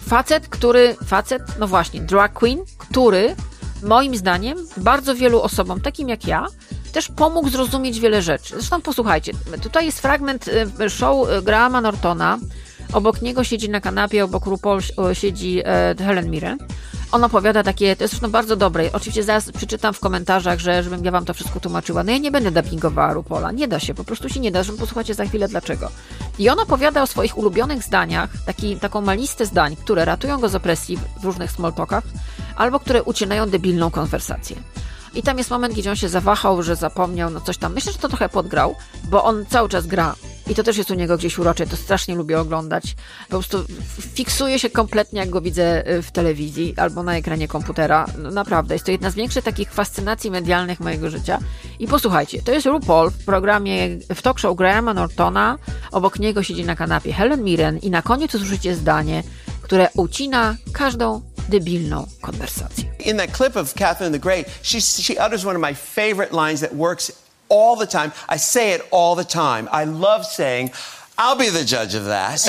Facet, no właśnie, drag queen, który moim zdaniem bardzo wielu osobom, takim jak ja, też pomógł zrozumieć wiele rzeczy. Zresztą posłuchajcie, tutaj jest fragment show Grahama Nortona. Obok niego siedzi na kanapie, obok RuPaul siedzi Helen Mirren. On opowiada takie, to jest zresztą bardzo dobre. Oczywiście zaraz przeczytam w komentarzach, żebym ja wam to wszystko tłumaczyła. No ja nie będę dubbingowała RuPaula. Nie da się, po prostu się nie da. Zresztą posłuchajcie za chwilę dlaczego. I on opowiada o swoich ulubionych zdaniach, taką ma listę zdań, które ratują go z opresji w różnych small talkach, albo które ucinają debilną konwersację. I tam jest moment, gdzie on się zawahał, że zapomniał, no coś tam. Myślę, że to trochę podgrał, bo on cały czas gra. I to też jest u niego gdzieś urocze, to strasznie lubię oglądać. Po prostu fiksuję się kompletnie, jak go widzę w telewizji albo na ekranie komputera. No, naprawdę, jest to jedna z większych takich fascynacji medialnych mojego życia. I posłuchajcie, to jest RuPaul w talk show Grahama Nortona. Obok niego siedzi na kanapie Helen Mirren i na koniec usłyszycie zdanie, które ucina każdą debilną konwersację. In that clip of Catherine the Great, she utters one of my favorite lines that works all the time. I say it all the time. I love saying, I'll be the judge of that.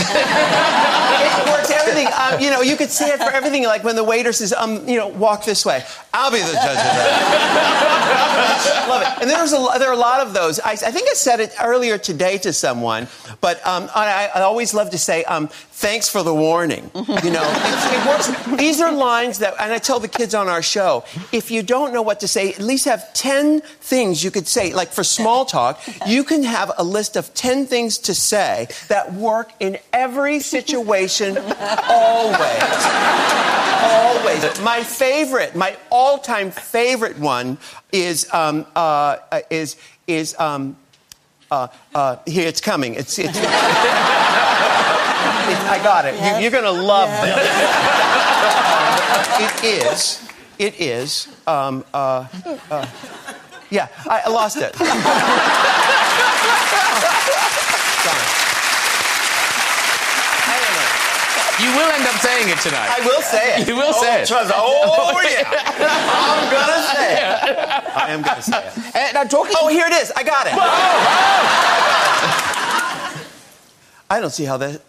It works everything. You could say it for everything. Like when the waiter says, walk this way. I'll be the judge of that. Love it. And there are a lot of those. I think I said it earlier today to someone, but I always love to say, thanks for the warning. It works. These are lines that, and I tell the kids on our show, if you don't know what to say, at least have 10 things you could say. Like for small talk, you can have a list of 10 things to say that work in every situation, always. Always. My all-time favorite one is here it's coming. It's I got it. You're going to love this. It is. Yeah, I lost it. You will end up saying it tonight. I will say it. You will say it. Oh, yeah. I'm going to say it. I am going to say it. Now talking... Oh, here it is. I got it. I don't see how that...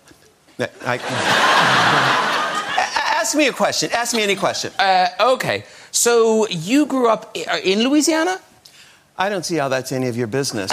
Ask me a question. Ask me any question. Okay. So you grew up in Louisiana? I don't see how that's any of your business.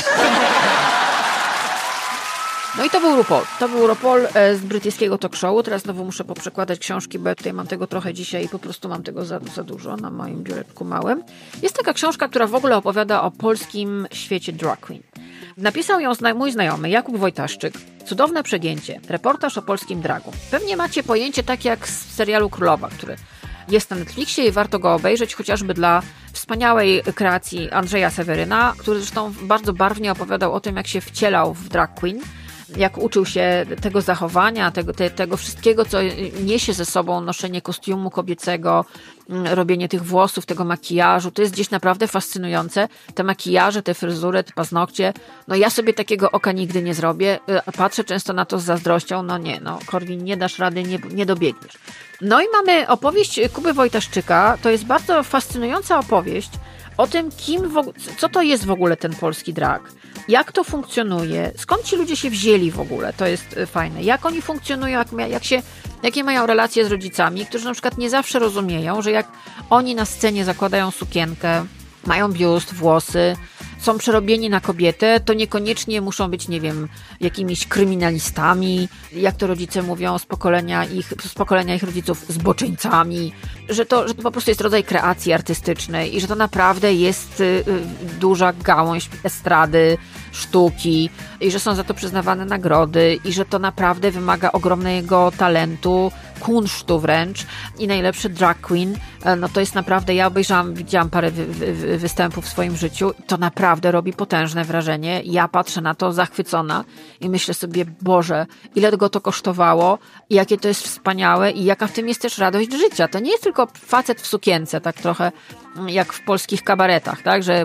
No i to był RuPaul. To był RuPaul z brytyjskiego talk showu. Teraz znowu muszę poprzekładać książki, bo ja tutaj mam tego trochę dzisiaj i po prostu mam tego za dużo na moim biureczku małym. Jest taka książka, która w ogóle opowiada o polskim świecie drag queen. Napisał ją mój znajomy Jakub Wojtaszczyk. Cudowne przegięcie. Reportaż o polskim dragu. Pewnie macie pojęcie tak jak z serialu Królowa, który jest na Netflixie i warto go obejrzeć chociażby dla wspaniałej kreacji Andrzeja Seweryna, który zresztą bardzo barwnie opowiadał o tym, jak się wcielał w drag queen, jak uczył się tego zachowania, tego wszystkiego, co niesie ze sobą noszenie kostiumu kobiecego, robienie tych włosów, tego makijażu. To jest gdzieś naprawdę fascynujące. Te makijaże, te fryzury, te paznokcie. No ja sobie takiego oka nigdy nie zrobię. Patrzę często na to z zazdrością. No nie, Korwin, nie dasz rady, nie dobiegniesz. No i mamy opowieść Kuby Wojtaszczyka. To jest bardzo fascynująca opowieść o tym, co to jest w ogóle ten polski drag. Jak to funkcjonuje? Skąd ci ludzie się wzięli w ogóle? To jest fajne. Jak oni funkcjonują? Jakie mają relacje z rodzicami, którzy na przykład nie zawsze rozumieją, że jak oni na scenie zakładają sukienkę, mają biust, włosy, są przerobieni na kobietę, to niekoniecznie muszą być, nie wiem, jakimiś kryminalistami, jak to rodzice mówią z pokolenia ich rodziców, zboczeńcami, że to po prostu jest rodzaj kreacji artystycznej i że to naprawdę jest duża gałąź estrady, sztuki i że są za to przyznawane nagrody i że to naprawdę wymaga ogromnego talentu, kunsztu wręcz i najlepszy drag queen, no to jest naprawdę, ja widziałam parę występów w swoim życiu, to naprawdę robi potężne wrażenie. Ja patrzę na to zachwycona i myślę sobie, Boże, ile go to kosztowało i jakie to jest wspaniałe i jaka w tym jest też radość życia. To nie jest tylko facet w sukience, tak trochę jak w polskich kabaretach, tak, że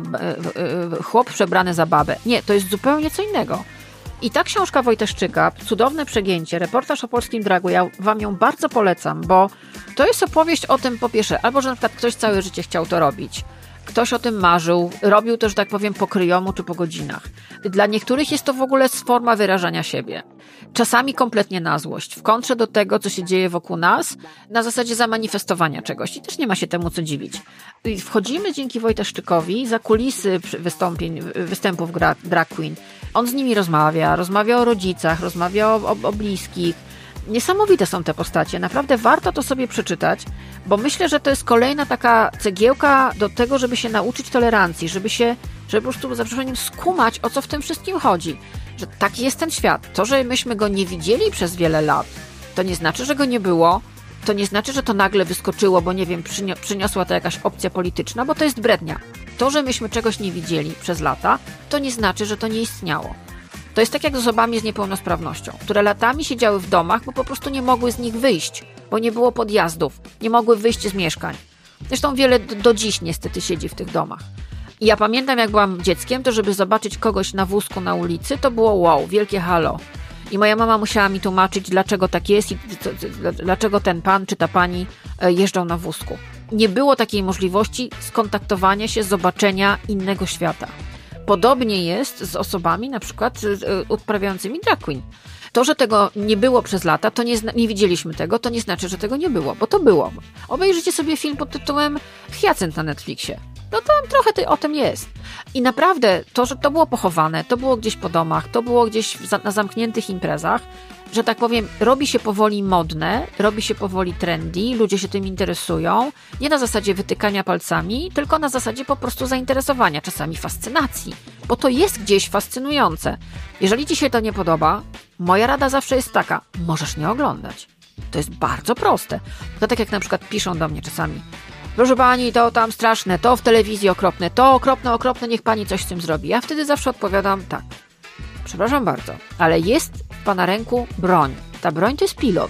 chłop przebrany za babę. Nie, to jest zupełnie co innego. I ta książka Wojtaszczyka, cudowne przegięcie, reportaż o polskim dragu, ja wam ją bardzo polecam, bo to jest opowieść o tym, po pierwsze, albo że na przykład ktoś całe życie chciał to robić, ktoś o tym marzył, robił to, że tak powiem, po kryjomu czy po godzinach. Dla niektórych jest to w ogóle forma wyrażania siebie. Czasami kompletnie na złość, w kontrze do tego, co się dzieje wokół nas, na zasadzie zamanifestowania czegoś. I też nie ma się temu co dziwić. I wchodzimy dzięki Wojtaszczykowi za kulisy występów drag queen. On z nimi rozmawia o rodzicach, rozmawia o bliskich. Niesamowite są te postacie, naprawdę warto to sobie przeczytać, bo myślę, że to jest kolejna taka cegiełka do tego, żeby się nauczyć tolerancji, żeby po prostu za przeproszeniem skumać, o co w tym wszystkim chodzi. Że taki jest ten świat. To, że myśmy go nie widzieli przez wiele lat, to nie znaczy, że go nie było, to nie znaczy, że to nagle wyskoczyło, bo nie wiem, przyniosła to jakaś opcja polityczna, bo to jest brednia. To, że myśmy czegoś nie widzieli przez lata, to nie znaczy, że to nie istniało. To jest tak jak z osobami z niepełnosprawnością, które latami siedziały w domach, bo po prostu nie mogły z nich wyjść, bo nie było podjazdów, nie mogły wyjść z mieszkań. Zresztą wiele do dziś niestety siedzi w tych domach. I ja pamiętam, jak byłam dzieckiem, to żeby zobaczyć kogoś na wózku na ulicy, to było wow, wielkie halo. I moja mama musiała mi tłumaczyć, dlaczego tak jest i dlaczego ten pan czy ta pani jeżdżą na wózku. Nie było takiej możliwości skontaktowania się, zobaczenia innego świata. Podobnie jest z osobami na przykład uprawiającymi drag queen. To, że tego nie było przez lata, to nie widzieliśmy tego, to nie znaczy, że tego nie było, bo to było. Obejrzyjcie sobie film pod tytułem Hyacynt na Netflixie. No tam trochę o tym jest. I naprawdę to, że to było pochowane, to było gdzieś po domach, to było gdzieś na zamkniętych imprezach, że tak powiem, robi się powoli modne, robi się powoli trendy, ludzie się tym interesują, nie na zasadzie wytykania palcami, tylko na zasadzie po prostu zainteresowania, czasami fascynacji, bo to jest gdzieś fascynujące. Jeżeli ci się to nie podoba, moja rada zawsze jest taka, możesz nie oglądać. To jest bardzo proste. To tak jak na przykład piszą do mnie czasami, proszę pani, to tam straszne, to w telewizji okropne, to okropne, niech pani coś z tym zrobi. Ja wtedy zawsze odpowiadam tak, przepraszam bardzo, ale jest w pana ręku broń. Ta broń to jest pilot.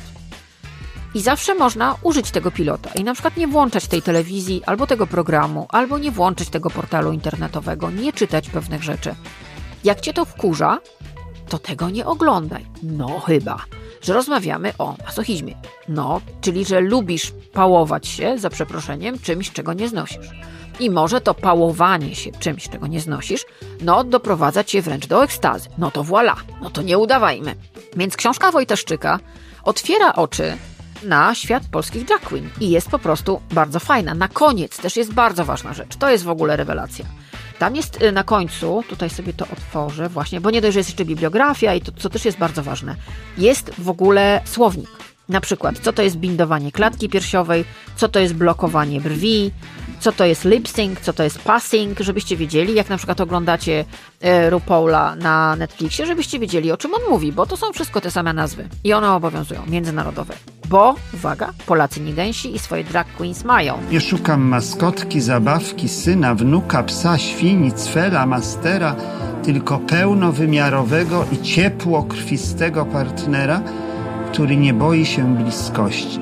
I zawsze można użyć tego pilota i na przykład nie włączać tej telewizji, albo tego programu, albo nie włączyć tego portalu internetowego, nie czytać pewnych rzeczy. Jak cię to wkurza, to tego nie oglądaj. No chyba, że rozmawiamy o masochizmie. No, czyli że lubisz pałować się, za przeproszeniem, czymś, czego nie znosisz. I może to pałowanie się czymś, czego nie znosisz, no doprowadza cię wręcz do ekstazy. No to voilà, no to nie udawajmy. Więc książka Wojtaszczyka otwiera oczy na świat polskich drag queen i jest po prostu bardzo fajna. Na koniec też jest bardzo ważna rzecz. To jest w ogóle rewelacja. Tam jest na końcu, tutaj sobie to otworzę właśnie, bo nie dość, że jest jeszcze bibliografia i to, co też jest bardzo ważne, jest w ogóle słownik. Na przykład, co to jest bindowanie klatki piersiowej, co to jest blokowanie brwi, co to jest lip sync, co to jest passing, żebyście wiedzieli, jak na przykład oglądacie RuPaula na Netflixie, żebyście wiedzieli, o czym on mówi, bo to są wszystko te same nazwy i one obowiązują, międzynarodowe. Bo, uwaga, Polacy nie gęsi i swoje drag queens mają. Nie szukam maskotki, zabawki, syna, wnuka, psa, świni, cwela, mastera, tylko pełnowymiarowego i ciepłokrwistego partnera, który nie boi się bliskości.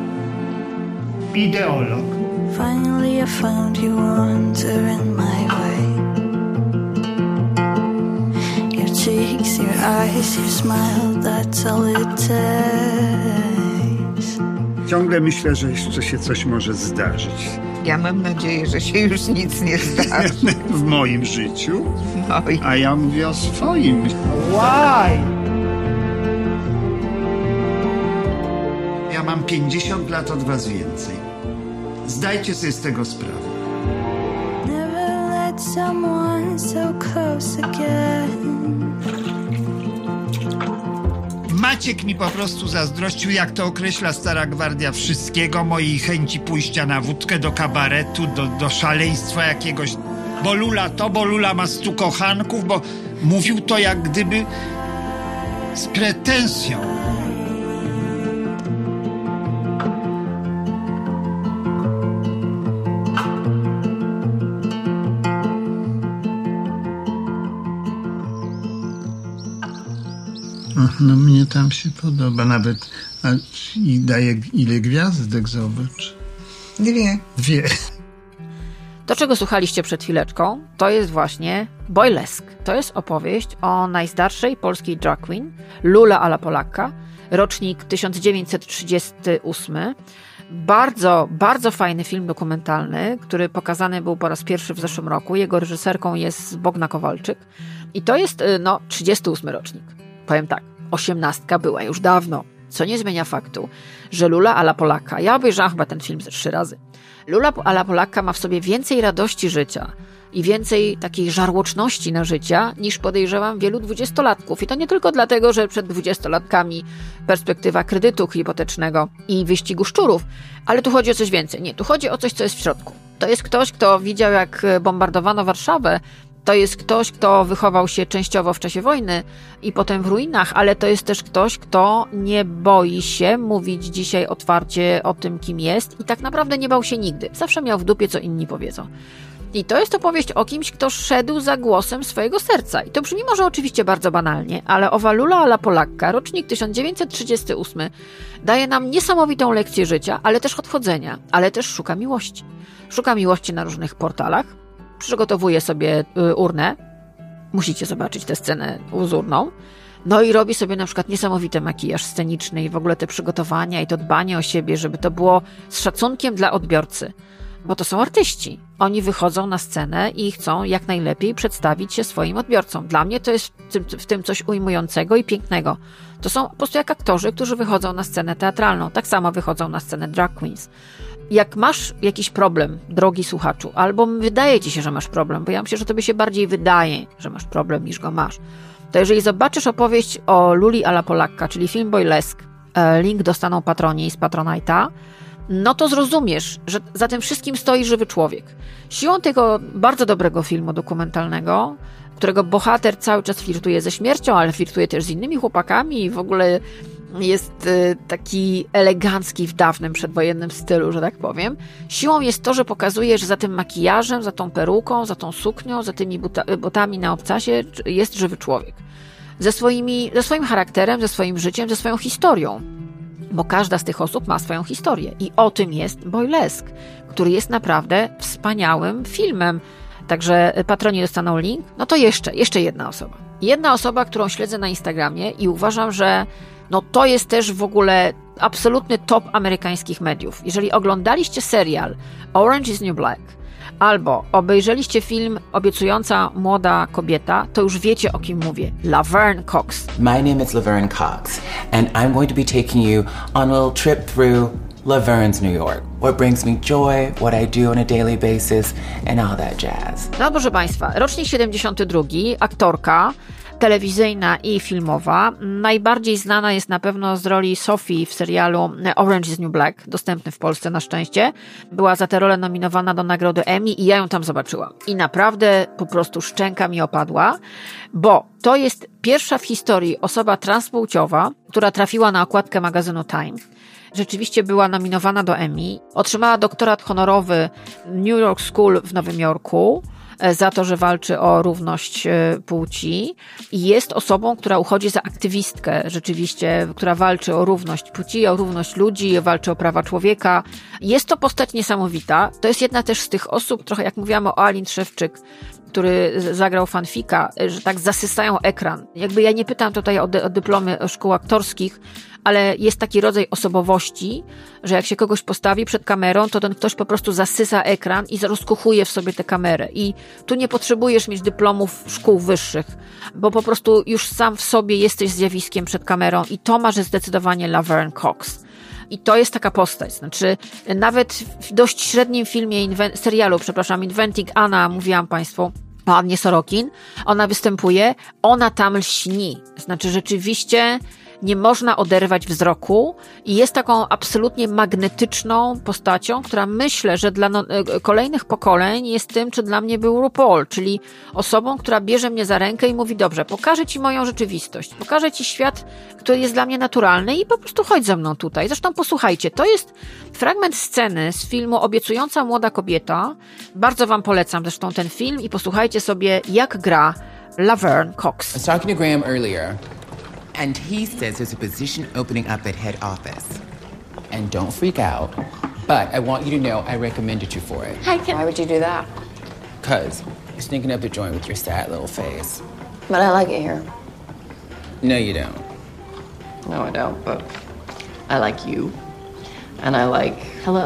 Ideolog. Finally I found you wandering my way. Your cheeks, your eyes, your smile, that's all it takes. Ciągle myślę, że jeszcze się coś może zdarzyć. Ja mam nadzieję, że się już nic nie zdarzy. W moim życiu? No i... A ja mówię o swoim. Why? Ja mam 50 lat od was więcej. Zdajcie sobie z tego sprawę. Never let had someone so close again. Maciek mi po prostu zazdrościł, jak to określa stara gwardia, wszystkiego, mojej chęci pójścia na wódkę, do kabaretu, do szaleństwa jakiegoś. Bo Lula to, bo Lula ma 100 kochanków, bo mówił to jak gdyby z pretensją. No mnie tam się podoba nawet. I daje ile gwiazdek, zobacz. 2. To, czego słuchaliście przed chwileczką, to jest właśnie Boylesque. To jest opowieść o najstarszej polskiej drag queen, Lula a la Polakka, rocznik 1938. Bardzo, bardzo fajny film dokumentalny, który pokazany był po raz pierwszy w zeszłym roku. Jego reżyserką jest Bogna Kowalczyk. I to jest, 38 rocznik. Powiem tak, 18 była już dawno, co nie zmienia faktu, że Lula a la Polakka, ja obejrzałam chyba ten film ze 3 razy, Lula a la Polakka ma w sobie więcej radości życia i więcej takiej żarłoczności na życia, niż podejrzewam wielu 20-latków. I to nie tylko dlatego, że przed 20-latkami perspektywa kredytu hipotecznego i wyścigu szczurów, ale tu chodzi o coś więcej. Nie, tu chodzi o coś, co jest w środku. To jest ktoś, kto widział, jak bombardowano Warszawę. To jest ktoś, kto wychował się częściowo w czasie wojny i potem w ruinach, ale to jest też ktoś, kto nie boi się mówić dzisiaj otwarcie o tym, kim jest i tak naprawdę nie bał się nigdy. Zawsze miał w dupie, co inni powiedzą. I to jest opowieść o kimś, kto szedł za głosem swojego serca. I to brzmi może oczywiście bardzo banalnie, ale owa Lula a la Polakka, rocznik 1938, daje nam niesamowitą lekcję życia, ale też odchodzenia, ale też szuka miłości. Szuka miłości na różnych portalach. Przygotowuje sobie urnę. Musicie zobaczyć tę scenę z urną. No i robi sobie na przykład niesamowity makijaż sceniczny i w ogóle te przygotowania i to dbanie o siebie, żeby to było z szacunkiem dla odbiorcy. Bo to są artyści. Oni wychodzą na scenę i chcą jak najlepiej przedstawić się swoim odbiorcom. Dla mnie to jest w tym coś ujmującego i pięknego. To są po prostu jak aktorzy, którzy wychodzą na scenę teatralną. Tak samo wychodzą na scenę drag queens. Jak masz jakiś problem, drogi słuchaczu, albo wydaje ci się, że masz problem, bo ja myślę, że tobie się bardziej wydaje, że masz problem, niż go masz, to jeżeli zobaczysz opowieść o Luli a la Polakka, czyli film Boylesque, link dostaną patroni z Patronite'a, no to zrozumiesz, że za tym wszystkim stoi żywy człowiek. Siłą tego bardzo dobrego filmu dokumentalnego, którego bohater cały czas flirtuje ze śmiercią, ale flirtuje też z innymi chłopakami i w ogóle jest taki elegancki w dawnym przedwojennym stylu, że tak powiem. Siłą jest to, że pokazuje, że za tym makijażem, za tą peruką, za tą suknią, za tymi butami na obcasie jest żywy człowiek. Ze swoim charakterem, ze swoim życiem, ze swoją historią. Bo każda z tych osób ma swoją historię. I o tym jest Boylesque, który jest naprawdę wspaniałym filmem. Także patroni dostaną link. No to jeszcze jedna osoba. Jedna osoba, którą śledzę na Instagramie i uważam, że to jest też w ogóle absolutny top amerykańskich mediów. Jeżeli oglądaliście serial Orange is New Black albo obejrzeliście film Obiecująca młoda kobieta, to już wiecie, o kim mówię. Laverne Cox. My name is Laverne Cox and I'm going to be taking you on a little trip through Laverne's New York. What brings me joy, what I do on a daily basis and all that jazz. No proszę Państwa, rocznik 72, aktorka telewizyjna i filmowa. Najbardziej znana jest na pewno z roli Sophie w serialu Orange is New Black, dostępny w Polsce na szczęście. Była za tę rolę nominowana do nagrody Emmy i ja ją tam zobaczyłam. I naprawdę po prostu szczęka mi opadła, bo to jest pierwsza w historii osoba transpłciowa, która trafiła na okładkę magazynu Time. Rzeczywiście była nominowana do Emmy. Otrzymała doktorat honorowy New York School w Nowym Jorku za to, że walczy o równość płci i jest osobą, która uchodzi za aktywistkę rzeczywiście, która walczy o równość płci, o równość ludzi, walczy o prawa człowieka. Jest to postać niesamowita. To jest jedna też z tych osób, trochę jak mówiłam o Alin Trzewczyk, który zagrał fanfika, że tak zasysają ekran. Jakby ja nie pytam tutaj o dyplomy szkół aktorskich, ale jest taki rodzaj osobowości, że jak się kogoś postawi przed kamerą, to ten ktoś po prostu zasysa ekran i rozkuchuje w sobie tę kamerę. I tu nie potrzebujesz mieć dyplomów szkół wyższych, bo po prostu już sam w sobie jesteś zjawiskiem przed kamerą i to ma zdecydowanie Laverne Cox. I to jest taka postać. Znaczy, nawet w dość średnim filmie, Inventing Anna, mówiłam Państwu o Annie Sorokin, ona występuje, ona tam lśni. Znaczy, rzeczywiście nie można oderwać wzroku i jest taką absolutnie magnetyczną postacią, która myślę, że dla kolejnych pokoleń jest tym, czy dla mnie był RuPaul, czyli osobą, która bierze mnie za rękę i mówi, dobrze, pokażę ci moją rzeczywistość, pokażę ci świat, który jest dla mnie naturalny i po prostu chodź ze mną tutaj. Zresztą posłuchajcie, to jest fragment sceny z filmu Obiecująca młoda kobieta. Bardzo wam polecam zresztą ten film i posłuchajcie sobie, jak gra Laverne Cox. I was talking to Graham earlier. And he says there's a position opening up at head office. And don't freak out, but I want you to know I recommended you for it. Why would you do that? 'Cause you're sneaking up the joint with your sad little face. But I like it here. No, you don't. No, I don't, but I like you. And I like... Hello?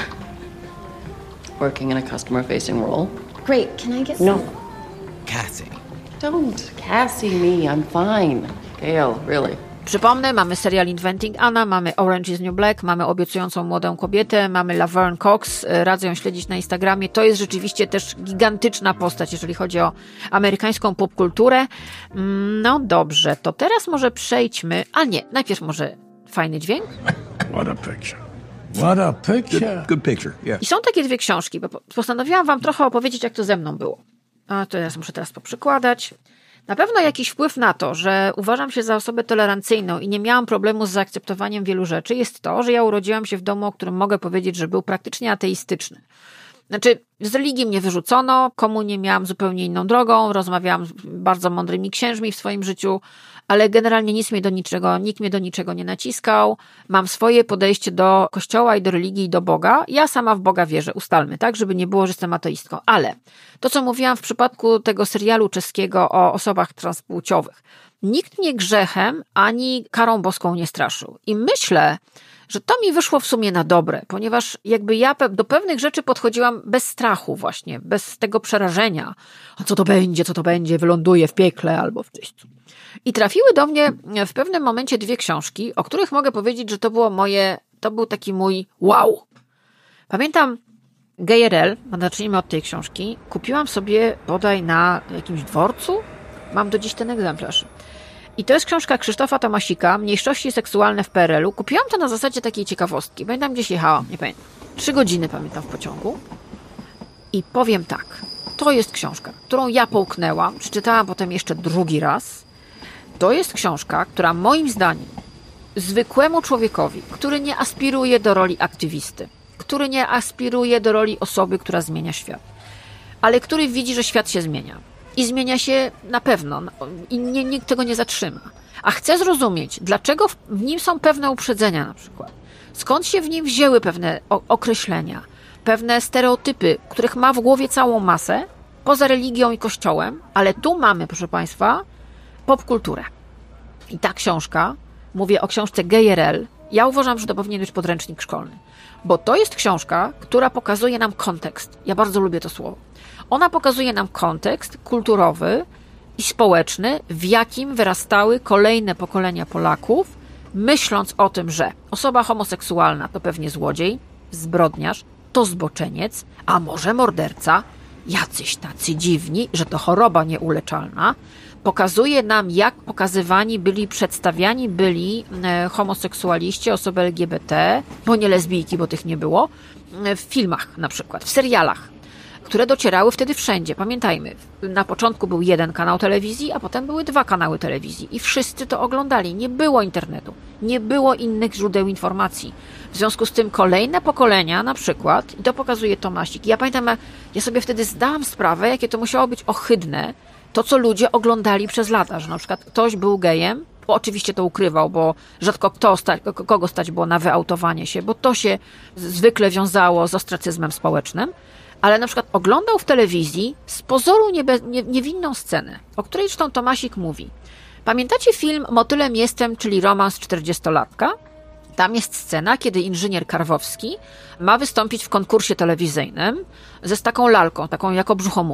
Working in a customer-facing role. Great, can I get some? No. Cassie. Don't Cassie me, I'm fine. Gail, really. Przypomnę, mamy serial Inventing Anna, mamy Orange is New Black, mamy Obiecującą młodą kobietę, mamy Laverne Cox, radzę ją śledzić na Instagramie. To jest rzeczywiście też gigantyczna postać, jeżeli chodzi o amerykańską popkulturę. No dobrze, to teraz może przejdźmy, a nie, najpierw może fajny dźwięk. What a picture. What a picture. Good picture, yeah. I są takie dwie książki, bo postanowiłam wam trochę opowiedzieć, jak to ze mną było. A to ja muszę teraz poprzykładać. Na pewno jakiś wpływ na to, że uważam się za osobę tolerancyjną i nie miałam problemu z zaakceptowaniem wielu rzeczy, jest to, że ja urodziłam się w domu, o którym mogę powiedzieć, że był praktycznie ateistyczny. Znaczy, z religii mnie wyrzucono, komunię miałam zupełnie inną drogą, rozmawiałam z bardzo mądrymi księżmi w swoim życiu, ale generalnie nikt mnie do niczego nie naciskał. Mam swoje podejście do Kościoła i do religii i do Boga. Ja sama w Boga wierzę, ustalmy, tak, żeby nie było, że jestem ateistką. Ale to, co mówiłam w przypadku tego serialu czeskiego o osobach transpłciowych, nikt mnie grzechem ani karą boską nie straszył. I myślę, że to mi wyszło w sumie na dobre, ponieważ jakby ja do pewnych rzeczy podchodziłam bez strachu właśnie, bez tego przerażenia. A co to będzie, wyląduje w piekle albo w czyśćcu. I trafiły do mnie w pewnym momencie dwie książki, o których mogę powiedzieć, że to był taki mój wow. Pamiętam GRL, zacznijmy od tej książki, kupiłam sobie bodaj na jakimś dworcu, mam do dziś ten egzemplarz. I to jest książka Krzysztofa Tomasika, Mniejszości seksualne w PRL-u. Kupiłam to na zasadzie takiej ciekawostki. Pamiętam, gdzieś jechałam, nie pamiętam. 3 godziny pamiętam w pociągu. I powiem tak, to jest książka, którą ja połknęłam, przeczytałam potem jeszcze drugi raz. To jest książka, która moim zdaniem zwykłemu człowiekowi, który nie aspiruje do roli aktywisty, który nie aspiruje do roli osoby, która zmienia świat, ale który widzi, że świat się zmienia. I zmienia się na pewno. I nikt tego nie zatrzyma. A chce zrozumieć, dlaczego w nim są pewne uprzedzenia na przykład. Skąd się w nim wzięły pewne określenia, pewne stereotypy, których ma w głowie całą masę, poza religią i kościołem, ale tu mamy, proszę Państwa, popkulturę. I ta książka, mówię o książce GRL, ja uważam, że to powinien być podręcznik szkolny. Bo to jest książka, która pokazuje nam kontekst. Ja bardzo lubię to słowo. Ona pokazuje nam kontekst kulturowy i społeczny, w jakim wyrastały kolejne pokolenia Polaków, myśląc o tym, że osoba homoseksualna to pewnie złodziej, zbrodniarz, to zboczeniec, a może morderca, jacyś tacy dziwni, że to choroba nieuleczalna. Pokazuje nam, jak przedstawiani byli homoseksualiści, osoby LGBT, bo nie lesbijki, bo tych nie było, w filmach na przykład, w serialach, które docierały wtedy wszędzie. Pamiętajmy, na początku był jeden kanał telewizji, a potem były 2 kanały telewizji i wszyscy to oglądali. Nie było internetu, nie było innych źródeł informacji. W związku z tym kolejne pokolenia na przykład, i to pokazuje Tomasik, ja pamiętam, ja sobie wtedy zdałam sprawę, jakie to musiało być ohydne, to co ludzie oglądali przez lata, że na przykład ktoś był gejem, bo oczywiście to ukrywał, bo rzadko kogo stać było na wyautowanie się, bo to się zwykle wiązało z ostracyzmem społecznym, ale na przykład oglądał w telewizji z pozoru niewinną scenę, o której zresztą Tomasik mówi. Pamiętacie film Motylem jestem, czyli romans 40-latka? Tam jest scena, kiedy inżynier Karwowski ma wystąpić w konkursie telewizyjnym z taką lalką, taką jako brzuchomówca.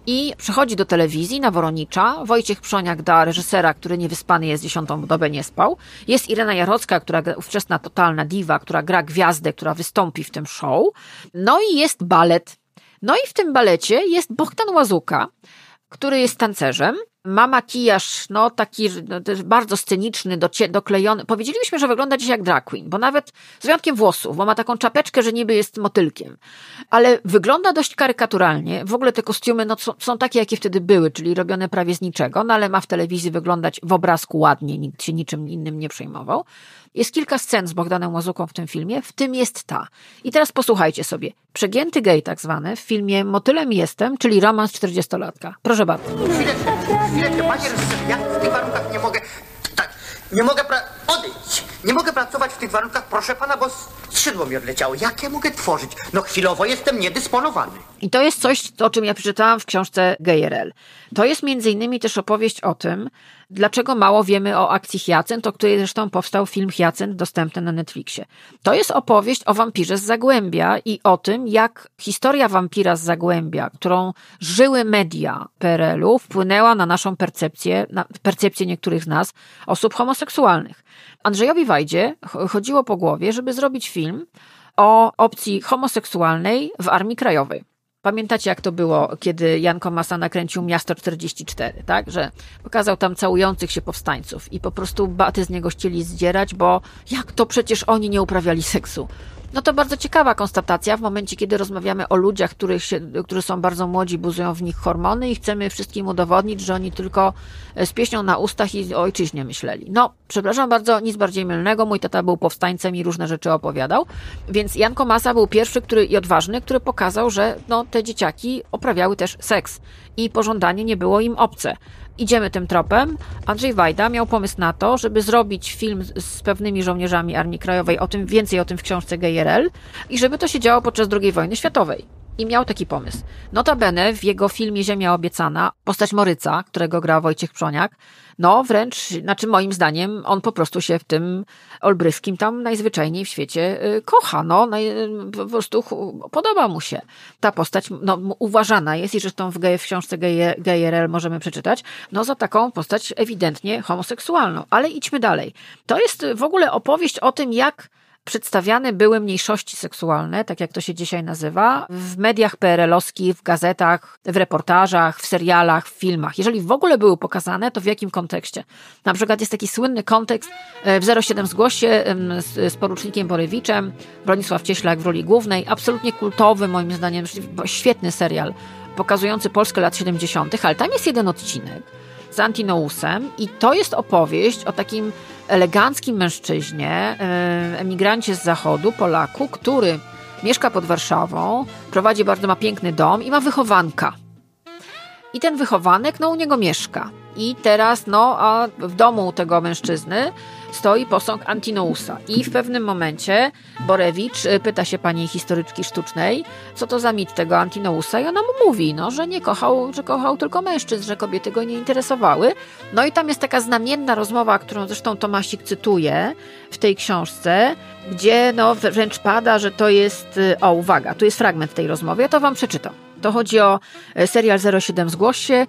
I przychodzi do telewizji na Woronicza, Wojciech Przoniak da reżysera, który niewyspany jest, 10. dobę nie spał. Jest Irena Jarocka, ówczesna totalna diwa, która gra gwiazdę, która wystąpi w tym show. No i jest balet. No i w tym balecie jest Bohdan Łazuka, który jest tancerzem. Ma makijaż, taki bardzo sceniczny, doklejony. Powiedzielibyśmy, że wygląda dzisiaj jak drag queen, bo nawet z wyjątkiem włosów, bo ma taką czapeczkę, że niby jest motylkiem. Ale wygląda dość karykaturalnie. W ogóle te kostiumy są takie, jakie wtedy były, czyli robione prawie z niczego, ale ma w telewizji wyglądać w obrazku ładnie, nikt się niczym innym nie przejmował. Jest kilka scen z Bohdanem Łazuką w tym filmie, w tym jest ta. I teraz posłuchajcie sobie. Przegięty gej tak zwany w filmie Motylem jestem, czyli romans 40-latka. Proszę bardzo. Chwileczkę, panie reżyserze, ja w tych warunkach nie mogę... Tak, nie mogę odejść. Nie mogę pracować w tych warunkach, proszę pana, bo skrzydło mi odleciało. Jak ja mogę tworzyć? Chwilowo jestem niedysponowany. I to jest coś, o czym ja przeczytałam w książce GRL. To jest między innymi też opowieść o tym, dlaczego mało wiemy o akcji Hyacynt, o której zresztą powstał film Hyacynt dostępny na Netflixie. To jest opowieść o wampirze z Zagłębia i o tym, jak historia wampira z Zagłębia, którą żyły media PRL-u, wpłynęła na naszą percepcję, na percepcję niektórych z nas, osób homoseksualnych. Andrzejowi Wajdzie chodziło po głowie, żeby zrobić film o opcji homoseksualnej w Armii Krajowej. Pamiętacie, jak to było, kiedy Jan Komasa nakręcił Miasto 44, tak? Że pokazał tam całujących się powstańców i po prostu baty z niego chcieli zdzierać, bo jak to przecież oni nie uprawiali seksu. No to bardzo ciekawa konstatacja w momencie, kiedy rozmawiamy o ludziach, którzy są bardzo młodzi, buzują w nich hormony i chcemy wszystkim udowodnić, że oni tylko z pieśnią na ustach i o ojczyźnie myśleli. No, przepraszam bardzo, nic bardziej mylnego. Mój tata był powstańcem i różne rzeczy opowiadał. Więc Jan Komasa był pierwszy i odważny, który pokazał, że te dzieciaki uprawiały też seks i pożądanie nie było im obce. Idziemy tym tropem. Andrzej Wajda miał pomysł na to, żeby zrobić film z pewnymi żołnierzami Armii Krajowej, więcej o tym w książce GRL i żeby to się działo podczas II wojny światowej. I miał taki pomysł. Notabene w jego filmie Ziemia obiecana, postać Moryca, którego gra Wojciech Przoniak, moim zdaniem, on po prostu się w tym Olbrychskim tam najzwyczajniej w świecie kocha, po prostu podoba mu się. Ta postać, uważana jest i zresztą w książce GRL możemy przeczytać, za taką postać ewidentnie homoseksualną. Ale idźmy dalej. To jest w ogóle opowieść o tym, jak przedstawiane były mniejszości seksualne, tak jak to się dzisiaj nazywa, w mediach PRL-owskich, w gazetach, w reportażach, w serialach, w filmach. Jeżeli w ogóle były pokazane, to w jakim kontekście? Na przykład jest taki słynny kontekst w 07 Zgłoś się z porucznikiem Borewiczem, Bronisław Cieślak w roli głównej, absolutnie kultowy moim zdaniem, świetny serial, pokazujący Polskę lat 70., ale tam jest jeden odcinek z Antinousem i to jest opowieść o takim eleganckim mężczyźnie, emigrancie z zachodu, Polaku, który mieszka pod Warszawą, ma piękny dom i ma wychowanka. I ten wychowanek, u niego mieszka. I teraz, a w domu tego mężczyzny stoi posąg Antinousa. I w pewnym momencie Borewicz pyta się pani historyczki sztucznej, co to za mit tego Antinousa, i ona mu mówi, że nie kochał, że kochał tylko mężczyzn, że kobiety go nie interesowały. I tam jest taka znamienna rozmowa, którą zresztą Tomasik cytuje w tej książce, gdzie wręcz pada, że to jest, uwaga, tu jest fragment tej rozmowy, ja to wam przeczytam. To chodzi o serial 07 Zgłoś się,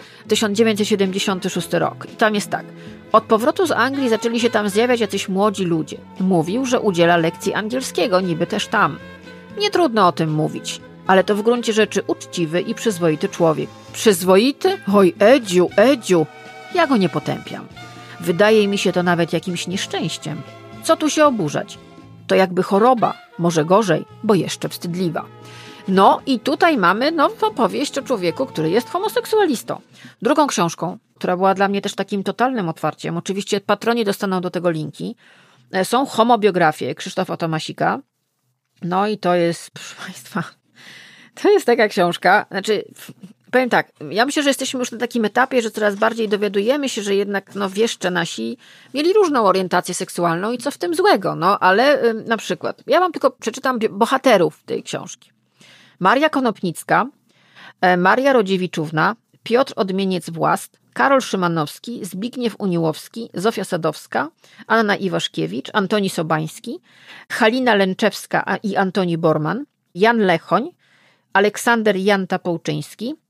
1976 rok. I tam jest tak. Od powrotu z Anglii zaczęli się tam zjawiać jacyś młodzi ludzie. Mówił, że udziela lekcji angielskiego, niby też tam. Nie trudno o tym mówić, ale to w gruncie rzeczy uczciwy i przyzwoity człowiek. Przyzwoity? Oj, Edziu, ja go nie potępiam. Wydaje mi się to nawet jakimś nieszczęściem. Co tu się oburzać? To jakby choroba, może gorzej, bo jeszcze wstydliwa. I tutaj mamy opowieść o człowieku, który jest homoseksualistą. Drugą książką, która była dla mnie też takim totalnym otwarciem, oczywiście patroni dostaną do tego linki, są homobiografie Krzysztofa Tomasika. I to jest, proszę Państwa, to jest taka książka, powiem tak, ja myślę, że jesteśmy już na takim etapie, że coraz bardziej dowiadujemy się, że jednak wieszcze nasi mieli różną orientację seksualną i co w tym złego, ale na przykład, ja wam tylko przeczytam bohaterów tej książki. Maria Konopnicka, Maria Rodziewiczówna, Piotr Odmieniec-Włast, Karol Szymanowski, Zbigniew Uniłowski, Zofia Sadowska, Anna Iwaszkiewicz, Antoni Sobański, Halina Lęczewska i Antoni Borman, Jan Lechoń, Aleksander Janta Połczyński,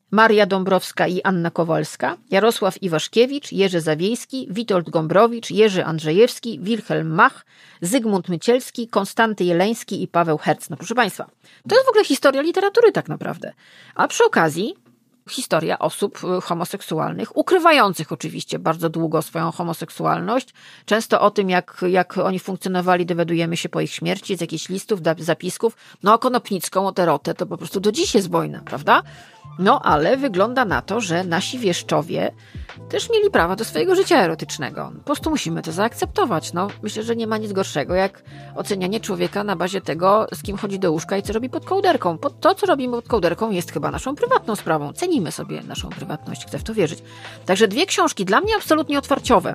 Maria Dąbrowska i Anna Kowalska, Jarosław Iwaszkiewicz, Jerzy Zawiejski, Witold Gombrowicz, Jerzy Andrzejewski, Wilhelm Mach, Zygmunt Mycielski, Konstanty Jeleński i Paweł Herc. No proszę Państwa, to jest w ogóle historia literatury tak naprawdę. A przy okazji historia osób homoseksualnych, ukrywających oczywiście bardzo długo swoją homoseksualność. Często o tym, jak oni funkcjonowali, dowiadujemy się po ich śmierci, z jakichś listów, zapisków. No o Konopnicką, o Terotę, to po prostu do dziś jest wojna, prawda? No ale wygląda na to, że nasi wieszczowie też mieli prawo do swojego życia erotycznego. Po prostu musimy to zaakceptować. No, myślę, że nie ma nic gorszego jak ocenianie człowieka na bazie tego, z kim chodzi do łóżka i co robi pod kołderką. To, co robimy pod kołderką, jest chyba naszą prywatną sprawą. Cenimy sobie naszą prywatność, chcę w to wierzyć. Także 2 książki dla mnie absolutnie otwarciowe.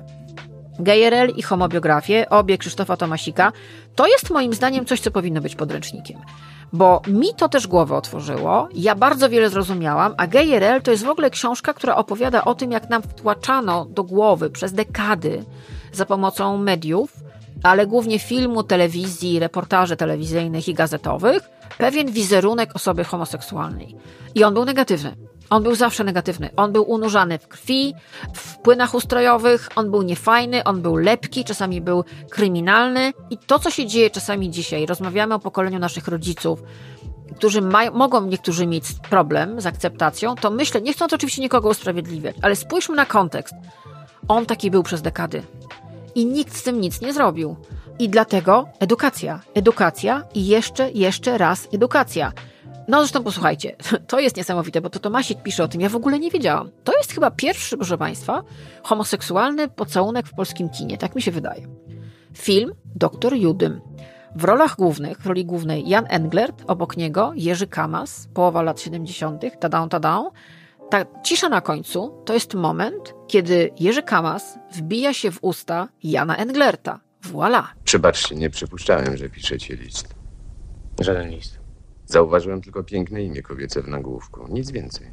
GRL i homobiografie, obie Krzysztofa Tomasika. To jest moim zdaniem coś, co powinno być podręcznikiem. Bo mi to też głowę otworzyło, ja bardzo wiele zrozumiałam, a GRL to jest w ogóle książka, która opowiada o tym, jak nam wtłaczano do głowy przez dekady za pomocą mediów, ale głównie filmu, telewizji, reportaży telewizyjnych i gazetowych, pewien wizerunek osoby homoseksualnej. I on był negatywny. On był zawsze negatywny. On był unurzany w krwi, w płynach ustrojowych, on był niefajny, on był lepki, czasami był kryminalny. I to, co się dzieje czasami dzisiaj, rozmawiamy o pokoleniu naszych rodziców, którzy mogą niektórzy mieć problem z akceptacją, to myślę, nie chcąc oczywiście nikogo usprawiedliwiać, ale spójrzmy na kontekst. On taki był przez dekady. I nikt z tym nic nie zrobił. I dlatego edukacja. Edukacja i jeszcze raz edukacja. No zresztą posłuchajcie, to jest niesamowite, bo to Tomasik pisze o tym, ja w ogóle nie wiedziałam. To jest chyba pierwszy, proszę Państwa, homoseksualny pocałunek w polskim kinie, tak mi się wydaje. Film Doktor Judym. W rolach głównych, w roli głównej Jan Englert, obok niego Jerzy Kamas, połowa lat 70. Tadą. Ta cisza na końcu to jest moment, kiedy Jerzy Kamas wbija się w usta Jana Englerta. Voilà. Przebaczcie, nie przypuszczałem, że piszecie list. Żaden list. Zauważyłem tylko piękne imię kobiece w nagłówku. Nic więcej.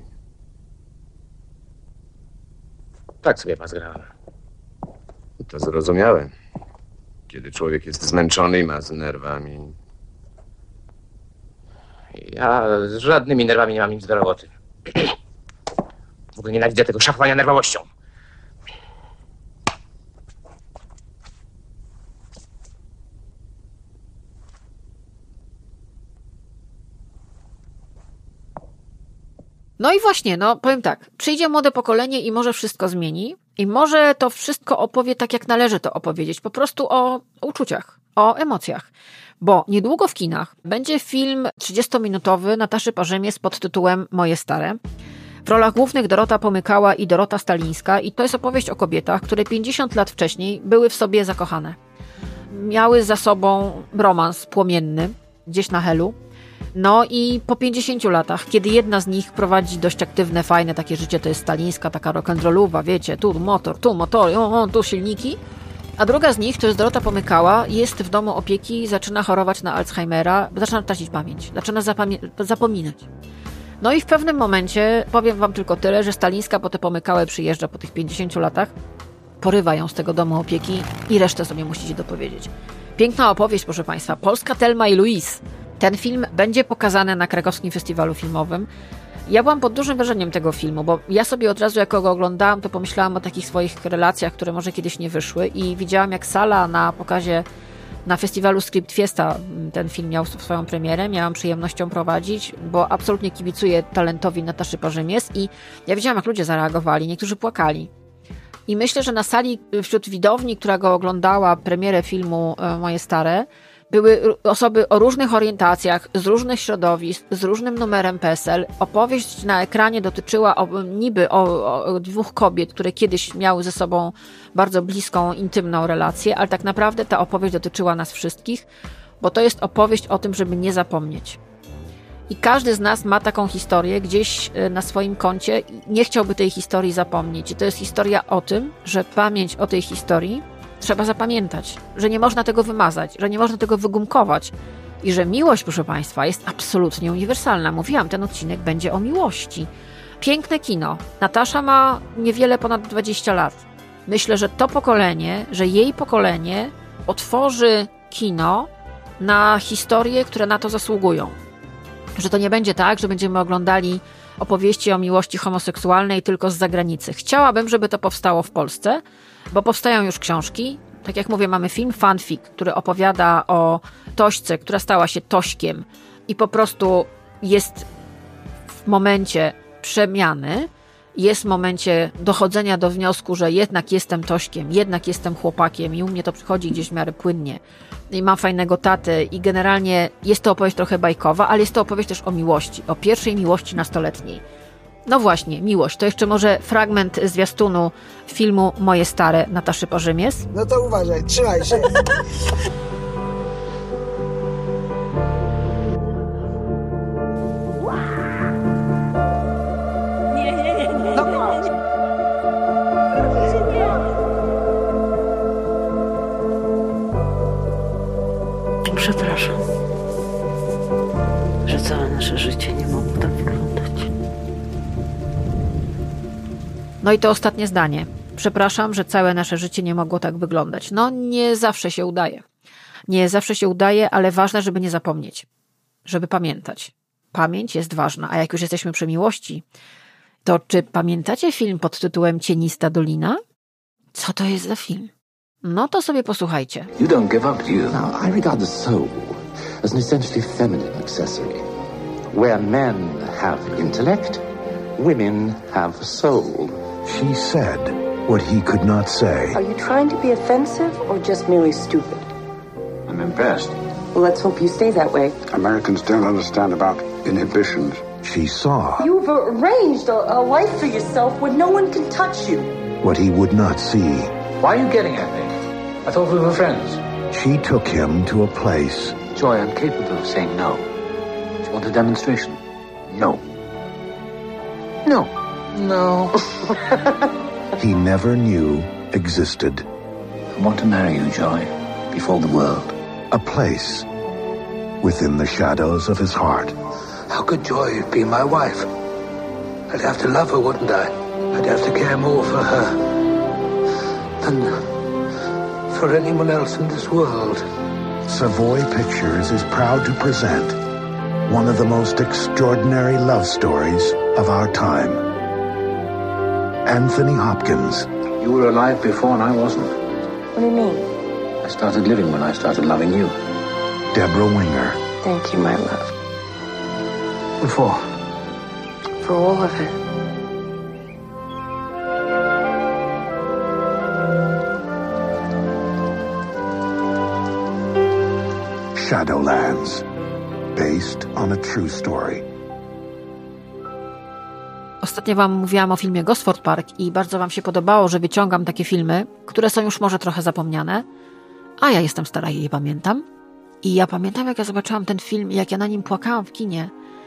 Tak sobie was grałem. To zrozumiałem. Kiedy człowiek jest zmęczony i ma z nerwami. Ja z żadnymi nerwami nie mam nic do roboty. W ogóle nienawidzę tego szafowania nerwowością. No i właśnie, no powiem tak, przyjdzie młode pokolenie i może wszystko zmieni i może to wszystko opowie tak, jak należy to opowiedzieć, po prostu o uczuciach, o emocjach. Bo niedługo w kinach będzie film 30-minutowy Nataszy Parzymies pod tytułem Moje stare. W rolach głównych Dorota Pomykała i Dorota Stalińska i to jest opowieść o kobietach, które 50 lat wcześniej były w sobie zakochane. Miały za sobą romans płomienny, gdzieś na Helu. No i po 50 latach, kiedy jedna z nich prowadzi dość aktywne, fajne takie życie, to jest Stalińska, taka rock'n'rollowa, wiecie, tu motor, tu silniki, a druga z nich, to jest Dorota Pomykała, jest w domu opieki, zaczyna chorować na Alzheimera, zaczyna tracić pamięć, zaczyna zapominać. No i w pewnym momencie, powiem wam tylko tyle, że Stalińska po tę Pomykałę przyjeżdża po tych 50 latach, porywa ją z tego domu opieki i resztę sobie musicie dopowiedzieć. Piękna opowieść, proszę Państwa, polska Thelma i Louise. Ten film będzie pokazany na Krakowskim Festiwalu Filmowym. Ja byłam pod dużym wrażeniem tego filmu, bo ja sobie od razu, jak go oglądałam, to pomyślałam o takich swoich relacjach, które może kiedyś nie wyszły i widziałam, jak sala na pokazie na festiwalu Script Fiesta ten film miał swoją premierę, miałam przyjemnością prowadzić, bo absolutnie kibicuję talentowi Nataszy Parzymies i ja widziałam, jak ludzie zareagowali, niektórzy płakali. I myślę, że na sali wśród widowni, która go oglądała, premierę filmu Moje stare, były osoby o różnych orientacjach, z różnych środowisk, z różnym numerem PESEL. Opowieść na ekranie dotyczyła niby o 2 kobiet, które kiedyś miały ze sobą bardzo bliską, intymną relację, ale tak naprawdę ta opowieść dotyczyła nas wszystkich, bo to jest opowieść o tym, żeby nie zapomnieć. I każdy z nas ma taką historię gdzieś na swoim koncie i nie chciałby tej historii zapomnieć. I to jest historia o tym, że pamięć o tej historii trzeba zapamiętać, że nie można tego wymazać, że nie można tego wygumkować i że miłość, proszę Państwa, jest absolutnie uniwersalna. Mówiłam, ten odcinek będzie o miłości. Piękne kino. Natasza ma niewiele ponad 20 lat. Myślę, że to pokolenie, że jej pokolenie otworzy kino na historie, które na to zasługują. Że to nie będzie tak, że będziemy oglądali opowieści o miłości homoseksualnej tylko z zagranicy. Chciałabym, żeby to powstało w Polsce, bo powstają już książki. Tak jak mówię, mamy film Fanfic, który opowiada o Tośce, która stała się Tośkiem i po prostu jest w momencie przemiany, jest w momencie dochodzenia do wniosku, że jednak jestem Tośkiem, jednak jestem chłopakiem i u mnie to przychodzi gdzieś w miarę płynnie i mam fajnego tatę i generalnie jest to opowieść trochę bajkowa, ale jest to opowieść też o miłości, o pierwszej miłości nastoletniej. No właśnie, miłość. To jeszcze może fragment zwiastunu filmu Moje stare Nataszy Parzymies. No to uważaj, trzymaj się. Przepraszam, że całe nasze życie nie mogło tak wyglądać. No i to ostatnie zdanie. Przepraszam, że całe nasze życie nie mogło tak wyglądać. No nie zawsze się udaje. Nie zawsze się udaje, ale ważne, żeby nie zapomnieć. Żeby pamiętać. Pamięć jest ważna, a jak już jesteśmy przy miłości, to czy pamiętacie film pod tytułem Cienista Dolina? Co to jest za film? No to sobie posłuchajcie. You don't give up, do you? Now, I regard the soul as an essentially feminine accessory. Where men have intellect, women have a soul. She said what he could not say. Are you trying to be offensive or just merely stupid? I'm impressed. Well, let's hope you stay that way. Americans don't understand about inhibitions. She saw You've arranged a life for yourself where no one can touch you. what he would not see. Why are you getting at me? I thought we were friends. She took him to a place Joy, I'm capable of saying no. Do you want a demonstration? No. No. No. he never knew existed. I want to marry you, Joy, before the world. A place within the shadows of his heart. How could Joy be my wife? I'd have to love her, wouldn't I? I'd have to care more for her than for anyone else in this world. Savoy Pictures is proud to present one of the most extraordinary love stories of our time. Anthony Hopkins. You were alive before and I wasn't. What do you mean? I started living when I started loving you. Deborah Winger. Thank you, my love. What for? For all of it. Shadowlands. Based on a true story. Ostatnio wam mówiłam o filmie Gosford Park i bardzo wam się podobało, że wyciągam takie filmy, które są już może trochę zapomniane, a ja jestem stara i je pamiętam. I ja pamiętam, jak ja zobaczyłam ten film i jak ja na nim płakałam w kinie.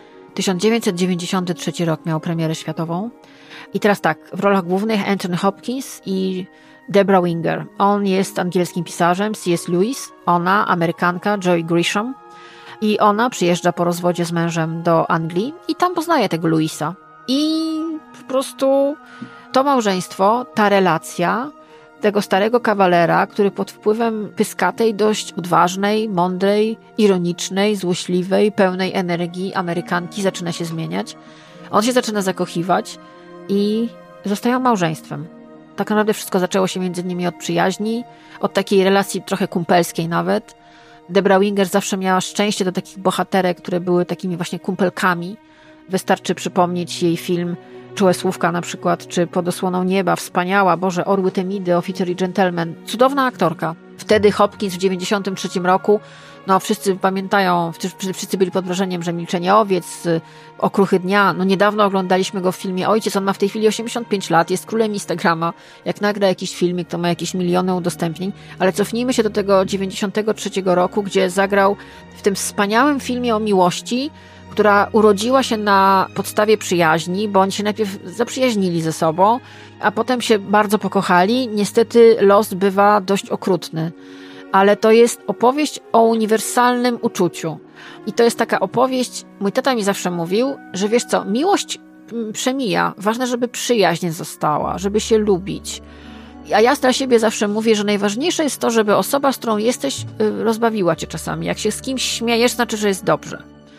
1993 rok miał premierę światową. I teraz tak, w rolach głównych Anthony Hopkins i Deborah Winger. On jest angielskim pisarzem, C.S. Lewis. Ona, Amerykanka, Joy Grisham. I ona przyjeżdża po rozwodzie z mężem do Anglii i tam poznaje tego Louisa. I po prostu to małżeństwo, ta relacja tego starego kawalera, który pod wpływem pyskatej, dość odważnej, mądrej, ironicznej, złośliwej, pełnej energii Amerykanki zaczyna się zmieniać. On się zaczyna zakochiwać i zostają małżeństwem. Tak naprawdę wszystko zaczęło się między nimi od przyjaźni, od takiej relacji trochę kumpelskiej nawet. Deborah Winger zawsze miała szczęście do takich bohaterek, które były takimi właśnie kumpelkami. Wystarczy przypomnieć jej film Czułe słówka na przykład, czy Pod osłoną nieba, wspaniała, Boże, Orły Temidy, Oficer i Gentleman. Cudowna aktorka. Wtedy Hopkins w 93 roku, no wszyscy pamiętają, wszyscy byli pod wrażeniem, że Milczenie owiec, Okruchy dnia. No niedawno oglądaliśmy go w filmie Ojciec, on ma w tej chwili 85 lat, jest królem Instagrama. Jak nagra jakiś filmik, to ma jakieś miliony udostępnień. Ale cofnijmy się do tego 93 roku, gdzie zagrał w tym wspaniałym filmie o miłości, która urodziła się na podstawie przyjaźni, bo oni się najpierw zaprzyjaźnili ze sobą, a potem się bardzo pokochali. Niestety los bywa dość okrutny, ale to jest opowieść o uniwersalnym uczuciu. I to jest taka opowieść, mój tata mi zawsze mówił, że wiesz co, miłość przemija, ważne, żeby przyjaźń została, żeby się lubić. A ja dla siebie zawsze mówię, że najważniejsze jest to, żeby osoba, z którą jesteś, rozbawiła cię czasami. Jak się z kimś śmiejesz, znaczy, że jest dobrze.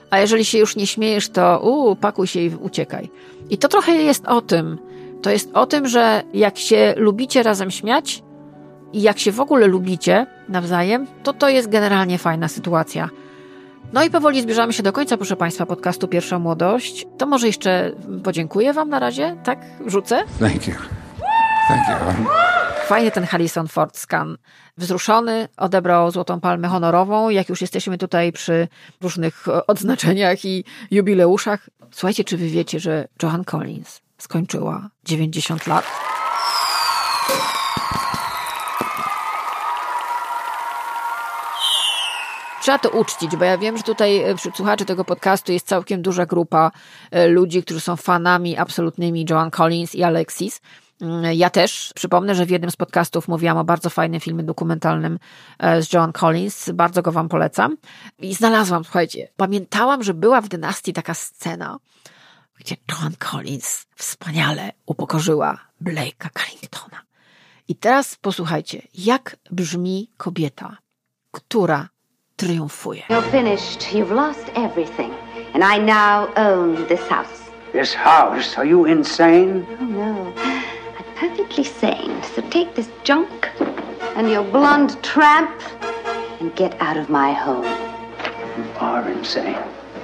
A jeżeli się już nie śmiejesz, to pakuj się i uciekaj. I to trochę jest o tym. To jest o tym, że jak się lubicie razem śmiać i jak się w ogóle lubicie nawzajem, to jest generalnie fajna sytuacja. No i powoli zbliżamy się do końca, proszę Państwa, podcastu Pierwsza Młodość. To może jeszcze podziękuję Wam na razie, tak? Rzucę? Thank you. Thank you. Fajny ten Harrison Ford z Cannes. Wzruszony, odebrał Złotą Palmę Honorową. Jak już jesteśmy tutaj przy różnych odznaczeniach i jubileuszach. Słuchajcie, czy wy wiecie, że Joan Collins skończyła 90 lat? Trzeba to uczcić, bo ja wiem, że tutaj wśród słuchaczy tego podcastu jest całkiem duża grupa ludzi, którzy są fanami absolutnymi Joan Collins i Alexis. Ja też. Przypomnę, że w jednym z podcastów mówiłam o bardzo fajnym filmie dokumentalnym z Joan Collins. Bardzo go wam polecam. I znalazłam, słuchajcie, pamiętałam, że była w Dynastii taka scena, gdzie Joan Collins wspaniale upokorzyła Blake'a Carringtona. I teraz posłuchajcie, jak brzmi kobieta, która triumfuje. You're finished. You've lost everything. And I now own this house. This house? Are you insane? Oh, no. I'm perfectly sane. So take this junk and your blonde tramp and get out of my home. You are insane.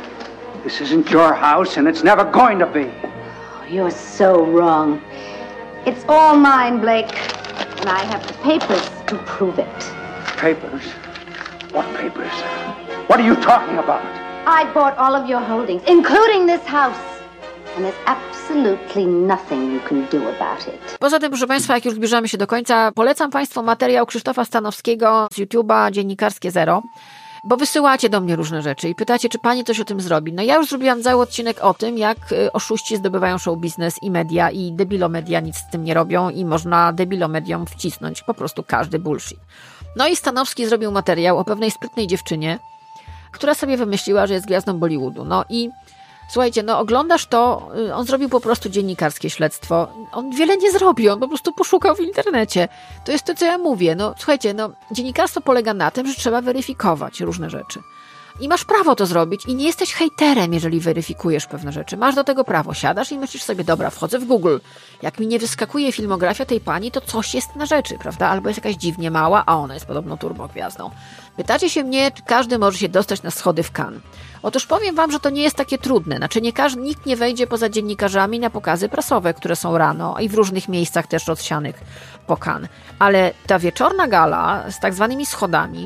This isn't your house and it's never going to be. Oh, you're so wrong. It's all mine, Blake. And I have the papers to prove it. Papers? What papers? What are you talking about? I bought all of your holdings, including this house. And there's absolutely nothing you can do about it. Poza tym, proszę Państwa, jak już zbliżamy się do końca, polecam Państwu materiał Krzysztofa Stanowskiego z YouTube'a Dziennikarskie Zero, bo wysyłacie do mnie różne rzeczy i pytacie, czy pani coś o tym zrobi. No ja już zrobiłam cały odcinek o tym, jak oszuści zdobywają show biznes i media i debilomedia nic z tym nie robią i można debilomediom wcisnąć po prostu każdy bullshit. No i Stanowski zrobił materiał o pewnej sprytnej dziewczynie, która sobie wymyśliła, że jest gwiazdą Bollywoodu. No i słuchajcie, no oglądasz to, on zrobił po prostu dziennikarskie śledztwo. On wiele nie zrobił, on po prostu poszukał w internecie. To jest to, co ja mówię. No słuchajcie, no dziennikarstwo polega na tym, że trzeba weryfikować różne rzeczy. I masz prawo to zrobić i nie jesteś hejterem, jeżeli weryfikujesz pewne rzeczy. Masz do tego prawo. Siadasz i myślisz sobie, dobra, wchodzę w Google. Jak mi nie wyskakuje filmografia tej pani, to coś jest na rzeczy, prawda? Albo jest jakaś dziwnie mała, a ona jest podobno turbogwiazdą. Pytacie się mnie, czy każdy może się dostać na schody w Cannes. Otóż powiem wam, że to nie jest takie trudne. Znaczy nikt nie wejdzie poza dziennikarzami na pokazy prasowe, które są rano i w różnych miejscach też rozsianych po Cannes. Ale ta wieczorna gala z tak zwanymi schodami,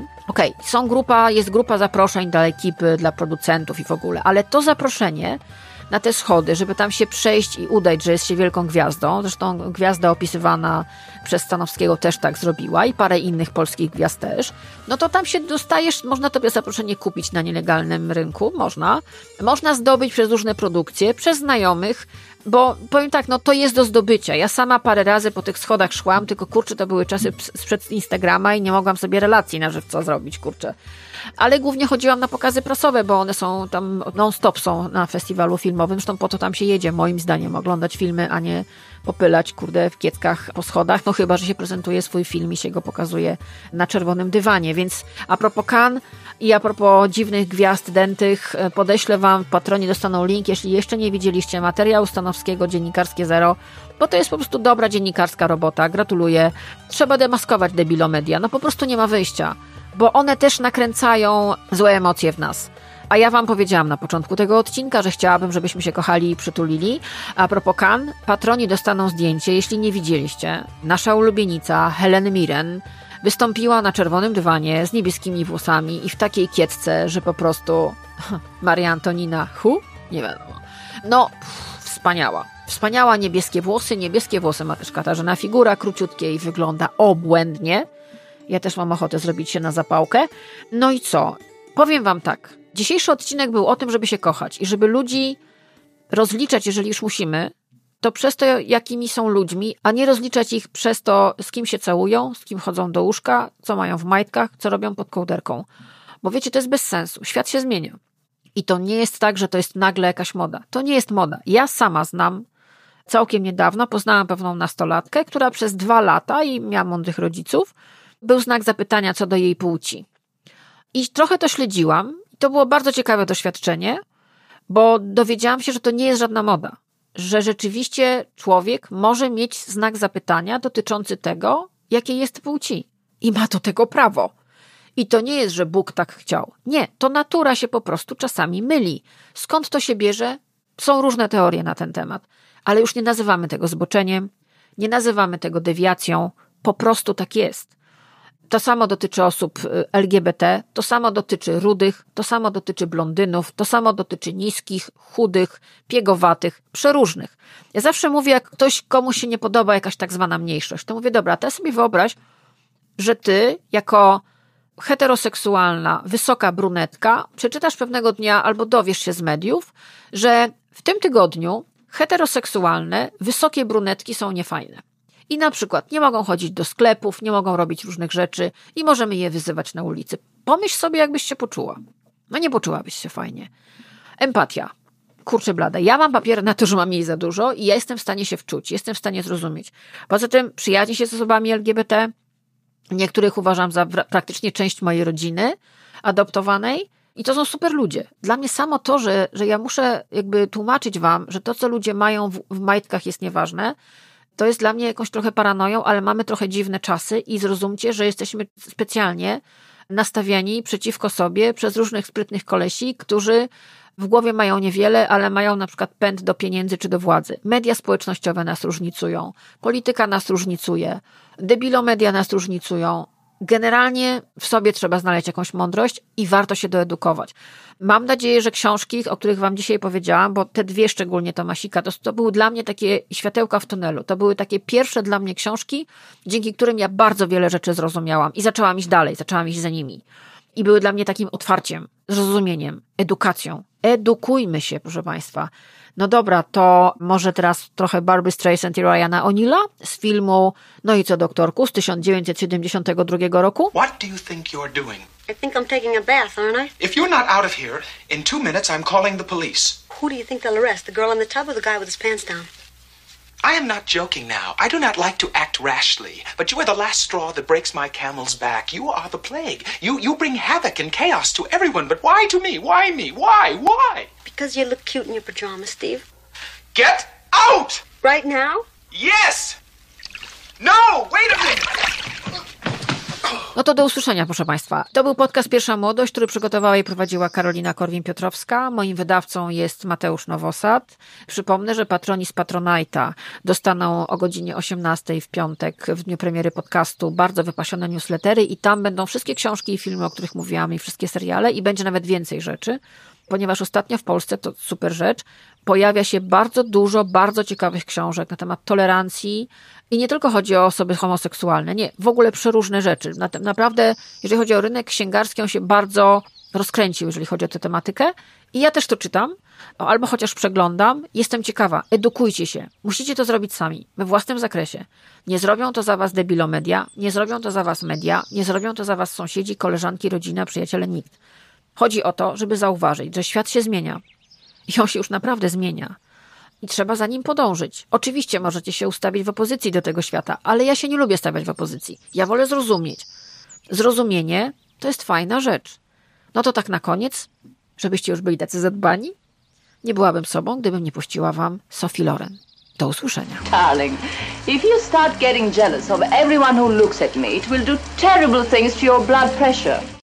jest grupa zaproszeń dla ekipy, dla producentów i w ogóle, ale to zaproszenie na te schody, żeby tam się przejść i udać, że jest się wielką gwiazdą, zresztą gwiazda opisywana przez Stanowskiego też tak zrobiła i parę innych polskich gwiazd też, no to tam się dostajesz, można tobie zaproszenie kupić na nielegalnym rynku, można zdobyć przez różne produkcje, przez znajomych, bo powiem tak, no to jest do zdobycia. Ja sama parę razy po tych schodach szłam, tylko kurczę, to były czasy sprzed Instagrama i nie mogłam sobie relacji na żywca zrobić, kurczę. Ale głównie chodziłam na pokazy prasowe, bo one są tam non-stop są na festiwalu filmowym, zresztą po to tam się jedzie, moim zdaniem, oglądać filmy, a nie popylać, w kieckach po schodach, no chyba, że się prezentuje swój film i się go pokazuje na czerwonym dywanie, więc a propos Cannes i a propos dziwnych gwiazd dętych, podeślę wam, patroni dostaną link, jeśli jeszcze nie widzieliście materiału Stanowskiego Dziennikarskie Zero, bo to jest po prostu dobra dziennikarska robota, gratuluję. Trzeba demaskować debilomedia, no po prostu nie ma wyjścia, bo one też nakręcają złe emocje w nas. A ja wam powiedziałam na początku tego odcinka, że chciałabym, żebyśmy się kochali i przytulili. A propos Cannes, patroni dostaną zdjęcie, jeśli nie widzieliście. Nasza ulubienica Helen Mirren wystąpiła na czerwonym dywanie z niebieskimi włosami i w takiej kiecce, że po prostu Maria Antonina, nie wiadomo. No, wspaniała. Wspaniała, niebieskie włosy ma też Katarzyna Figura, króciutkie i wygląda obłędnie. Ja też mam ochotę zrobić się na zapałkę. No i co? Powiem wam tak. Dzisiejszy odcinek był o tym, żeby się kochać i żeby ludzi rozliczać, jeżeli już musimy, to przez to, jakimi są ludźmi, a nie rozliczać ich przez to, z kim się całują, z kim chodzą do łóżka, co mają w majtkach, co robią pod kołderką. Bo wiecie, to jest bez sensu. Świat się zmienia. I to nie jest tak, że to jest nagle jakaś moda. To nie jest moda. Ja sama znam, całkiem niedawno poznałam pewną nastolatkę, która przez 2 lata i miała mądrych rodziców, był znak zapytania co do jej płci. I trochę to śledziłam. To było bardzo ciekawe doświadczenie, bo dowiedziałam się, że to nie jest żadna moda. Że rzeczywiście człowiek może mieć znak zapytania dotyczący tego, jakiej jest płci. I ma do tego prawo. I to nie jest, że Bóg tak chciał. Nie, to natura się po prostu czasami myli. Skąd to się bierze? Są różne teorie na ten temat. Ale już nie nazywamy tego zboczeniem, nie nazywamy tego dewiacją. Po prostu tak jest. To samo dotyczy osób LGBT, to samo dotyczy rudych, to samo dotyczy blondynów, to samo dotyczy niskich, chudych, piegowatych, przeróżnych. Ja zawsze mówię, jak ktoś, komuś się nie podoba jakaś tak zwana mniejszość, to mówię, dobra, teraz sobie wyobraź, że ty jako heteroseksualna, wysoka brunetka przeczytasz pewnego dnia albo dowiesz się z mediów, że w tym tygodniu heteroseksualne, wysokie brunetki są niefajne. I na przykład nie mogą chodzić do sklepów, nie mogą robić różnych rzeczy i możemy je wyzywać na ulicy. Pomyśl sobie, jakbyś się poczuła. No nie poczułabyś się fajnie. Empatia. Kurczę blade. Ja mam papiery na to, że mam jej za dużo i ja jestem w stanie się wczuć, jestem w stanie zrozumieć. Poza tym przyjaźnię się z osobami LGBT, niektórych uważam za praktycznie część mojej rodziny adoptowanej i to są super ludzie. Dla mnie samo to, że ja muszę jakby tłumaczyć wam, że to, co ludzie mają w majtkach jest nieważne, to jest dla mnie jakąś trochę paranoją, ale mamy trochę dziwne czasy i zrozumcie, że jesteśmy specjalnie nastawiani przeciwko sobie przez różnych sprytnych kolesi, którzy w głowie mają niewiele, ale mają na przykład pęd do pieniędzy czy do władzy. Media społecznościowe nas różnicują, polityka nas różnicuje, debilomedia nas różnicują. Generalnie w sobie trzeba znaleźć jakąś mądrość i warto się doedukować. Mam nadzieję, że książki, o których wam dzisiaj powiedziałam, bo te dwie szczególnie Tomasika, to były dla mnie takie światełka w tunelu. To były takie pierwsze dla mnie książki, dzięki którym ja bardzo wiele rzeczy zrozumiałam i zaczęłam iść dalej, zaczęłam iść za nimi. I były dla mnie takim otwarciem, zrozumieniem, edukacją. Edukujmy się, proszę państwa. No dobra, to może teraz trochę Barbry Streisand i Ryana O'Neilla z filmu No i co, doktorku, z 1972 roku. What do you think you're doing? I think I'm taking a bath, aren't I? If you're not out of here, in 2 minutes I'm calling the police. Who do you think they'll arrest? The girl in the tub or the guy with his pants down? I am not joking now. I do not like to act rashly, but you are the last straw that breaks my camel's back. You are the plague. You bring havoc and chaos to everyone, but why to me? Why me? Why? Because you look cute in your pajamas, Steve. Get out! Right now? Yes! No! Wait a minute! No to do usłyszenia, proszę państwa. To był podcast Pierwsza Młodość, który przygotowała i prowadziła Karolina Korwin-Piotrowska. Moim wydawcą jest Mateusz Nowosad. Przypomnę, że patroni z Patronite'a dostaną o godzinie 18 w piątek, w dniu premiery podcastu, bardzo wypasione newslettery i tam będą wszystkie książki i filmy, o których mówiłam, i wszystkie seriale i będzie nawet więcej rzeczy, ponieważ ostatnio w Polsce, to super rzecz, pojawia się bardzo dużo bardzo ciekawych książek na temat tolerancji i nie tylko chodzi o osoby homoseksualne, nie, w ogóle przeróżne rzeczy. Naprawdę, jeżeli chodzi o rynek księgarski, on się bardzo rozkręcił, jeżeli chodzi o tę tematykę i ja też to czytam, albo chociaż przeglądam, jestem ciekawa, edukujcie się, musicie to zrobić sami, we własnym zakresie. Nie zrobią to za was debilomedia, nie zrobią to za was media, nie zrobią to za was sąsiedzi, koleżanki, rodzina, przyjaciele, nikt. Chodzi o to, żeby zauważyć, że świat się zmienia i on się już naprawdę zmienia i trzeba za nim podążyć. Oczywiście możecie się ustawić w opozycji do tego świata, ale ja się nie lubię stawiać w opozycji. Ja wolę zrozumieć. Zrozumienie to jest fajna rzecz. No to tak na koniec, żebyście już byli tacy zadbani. Nie byłabym sobą, gdybym nie puściła wam Sophie Loren. Do usłyszenia. Darling, if you start getting jealous of everyone who looks at me, it will do terrible things to your blood pressure.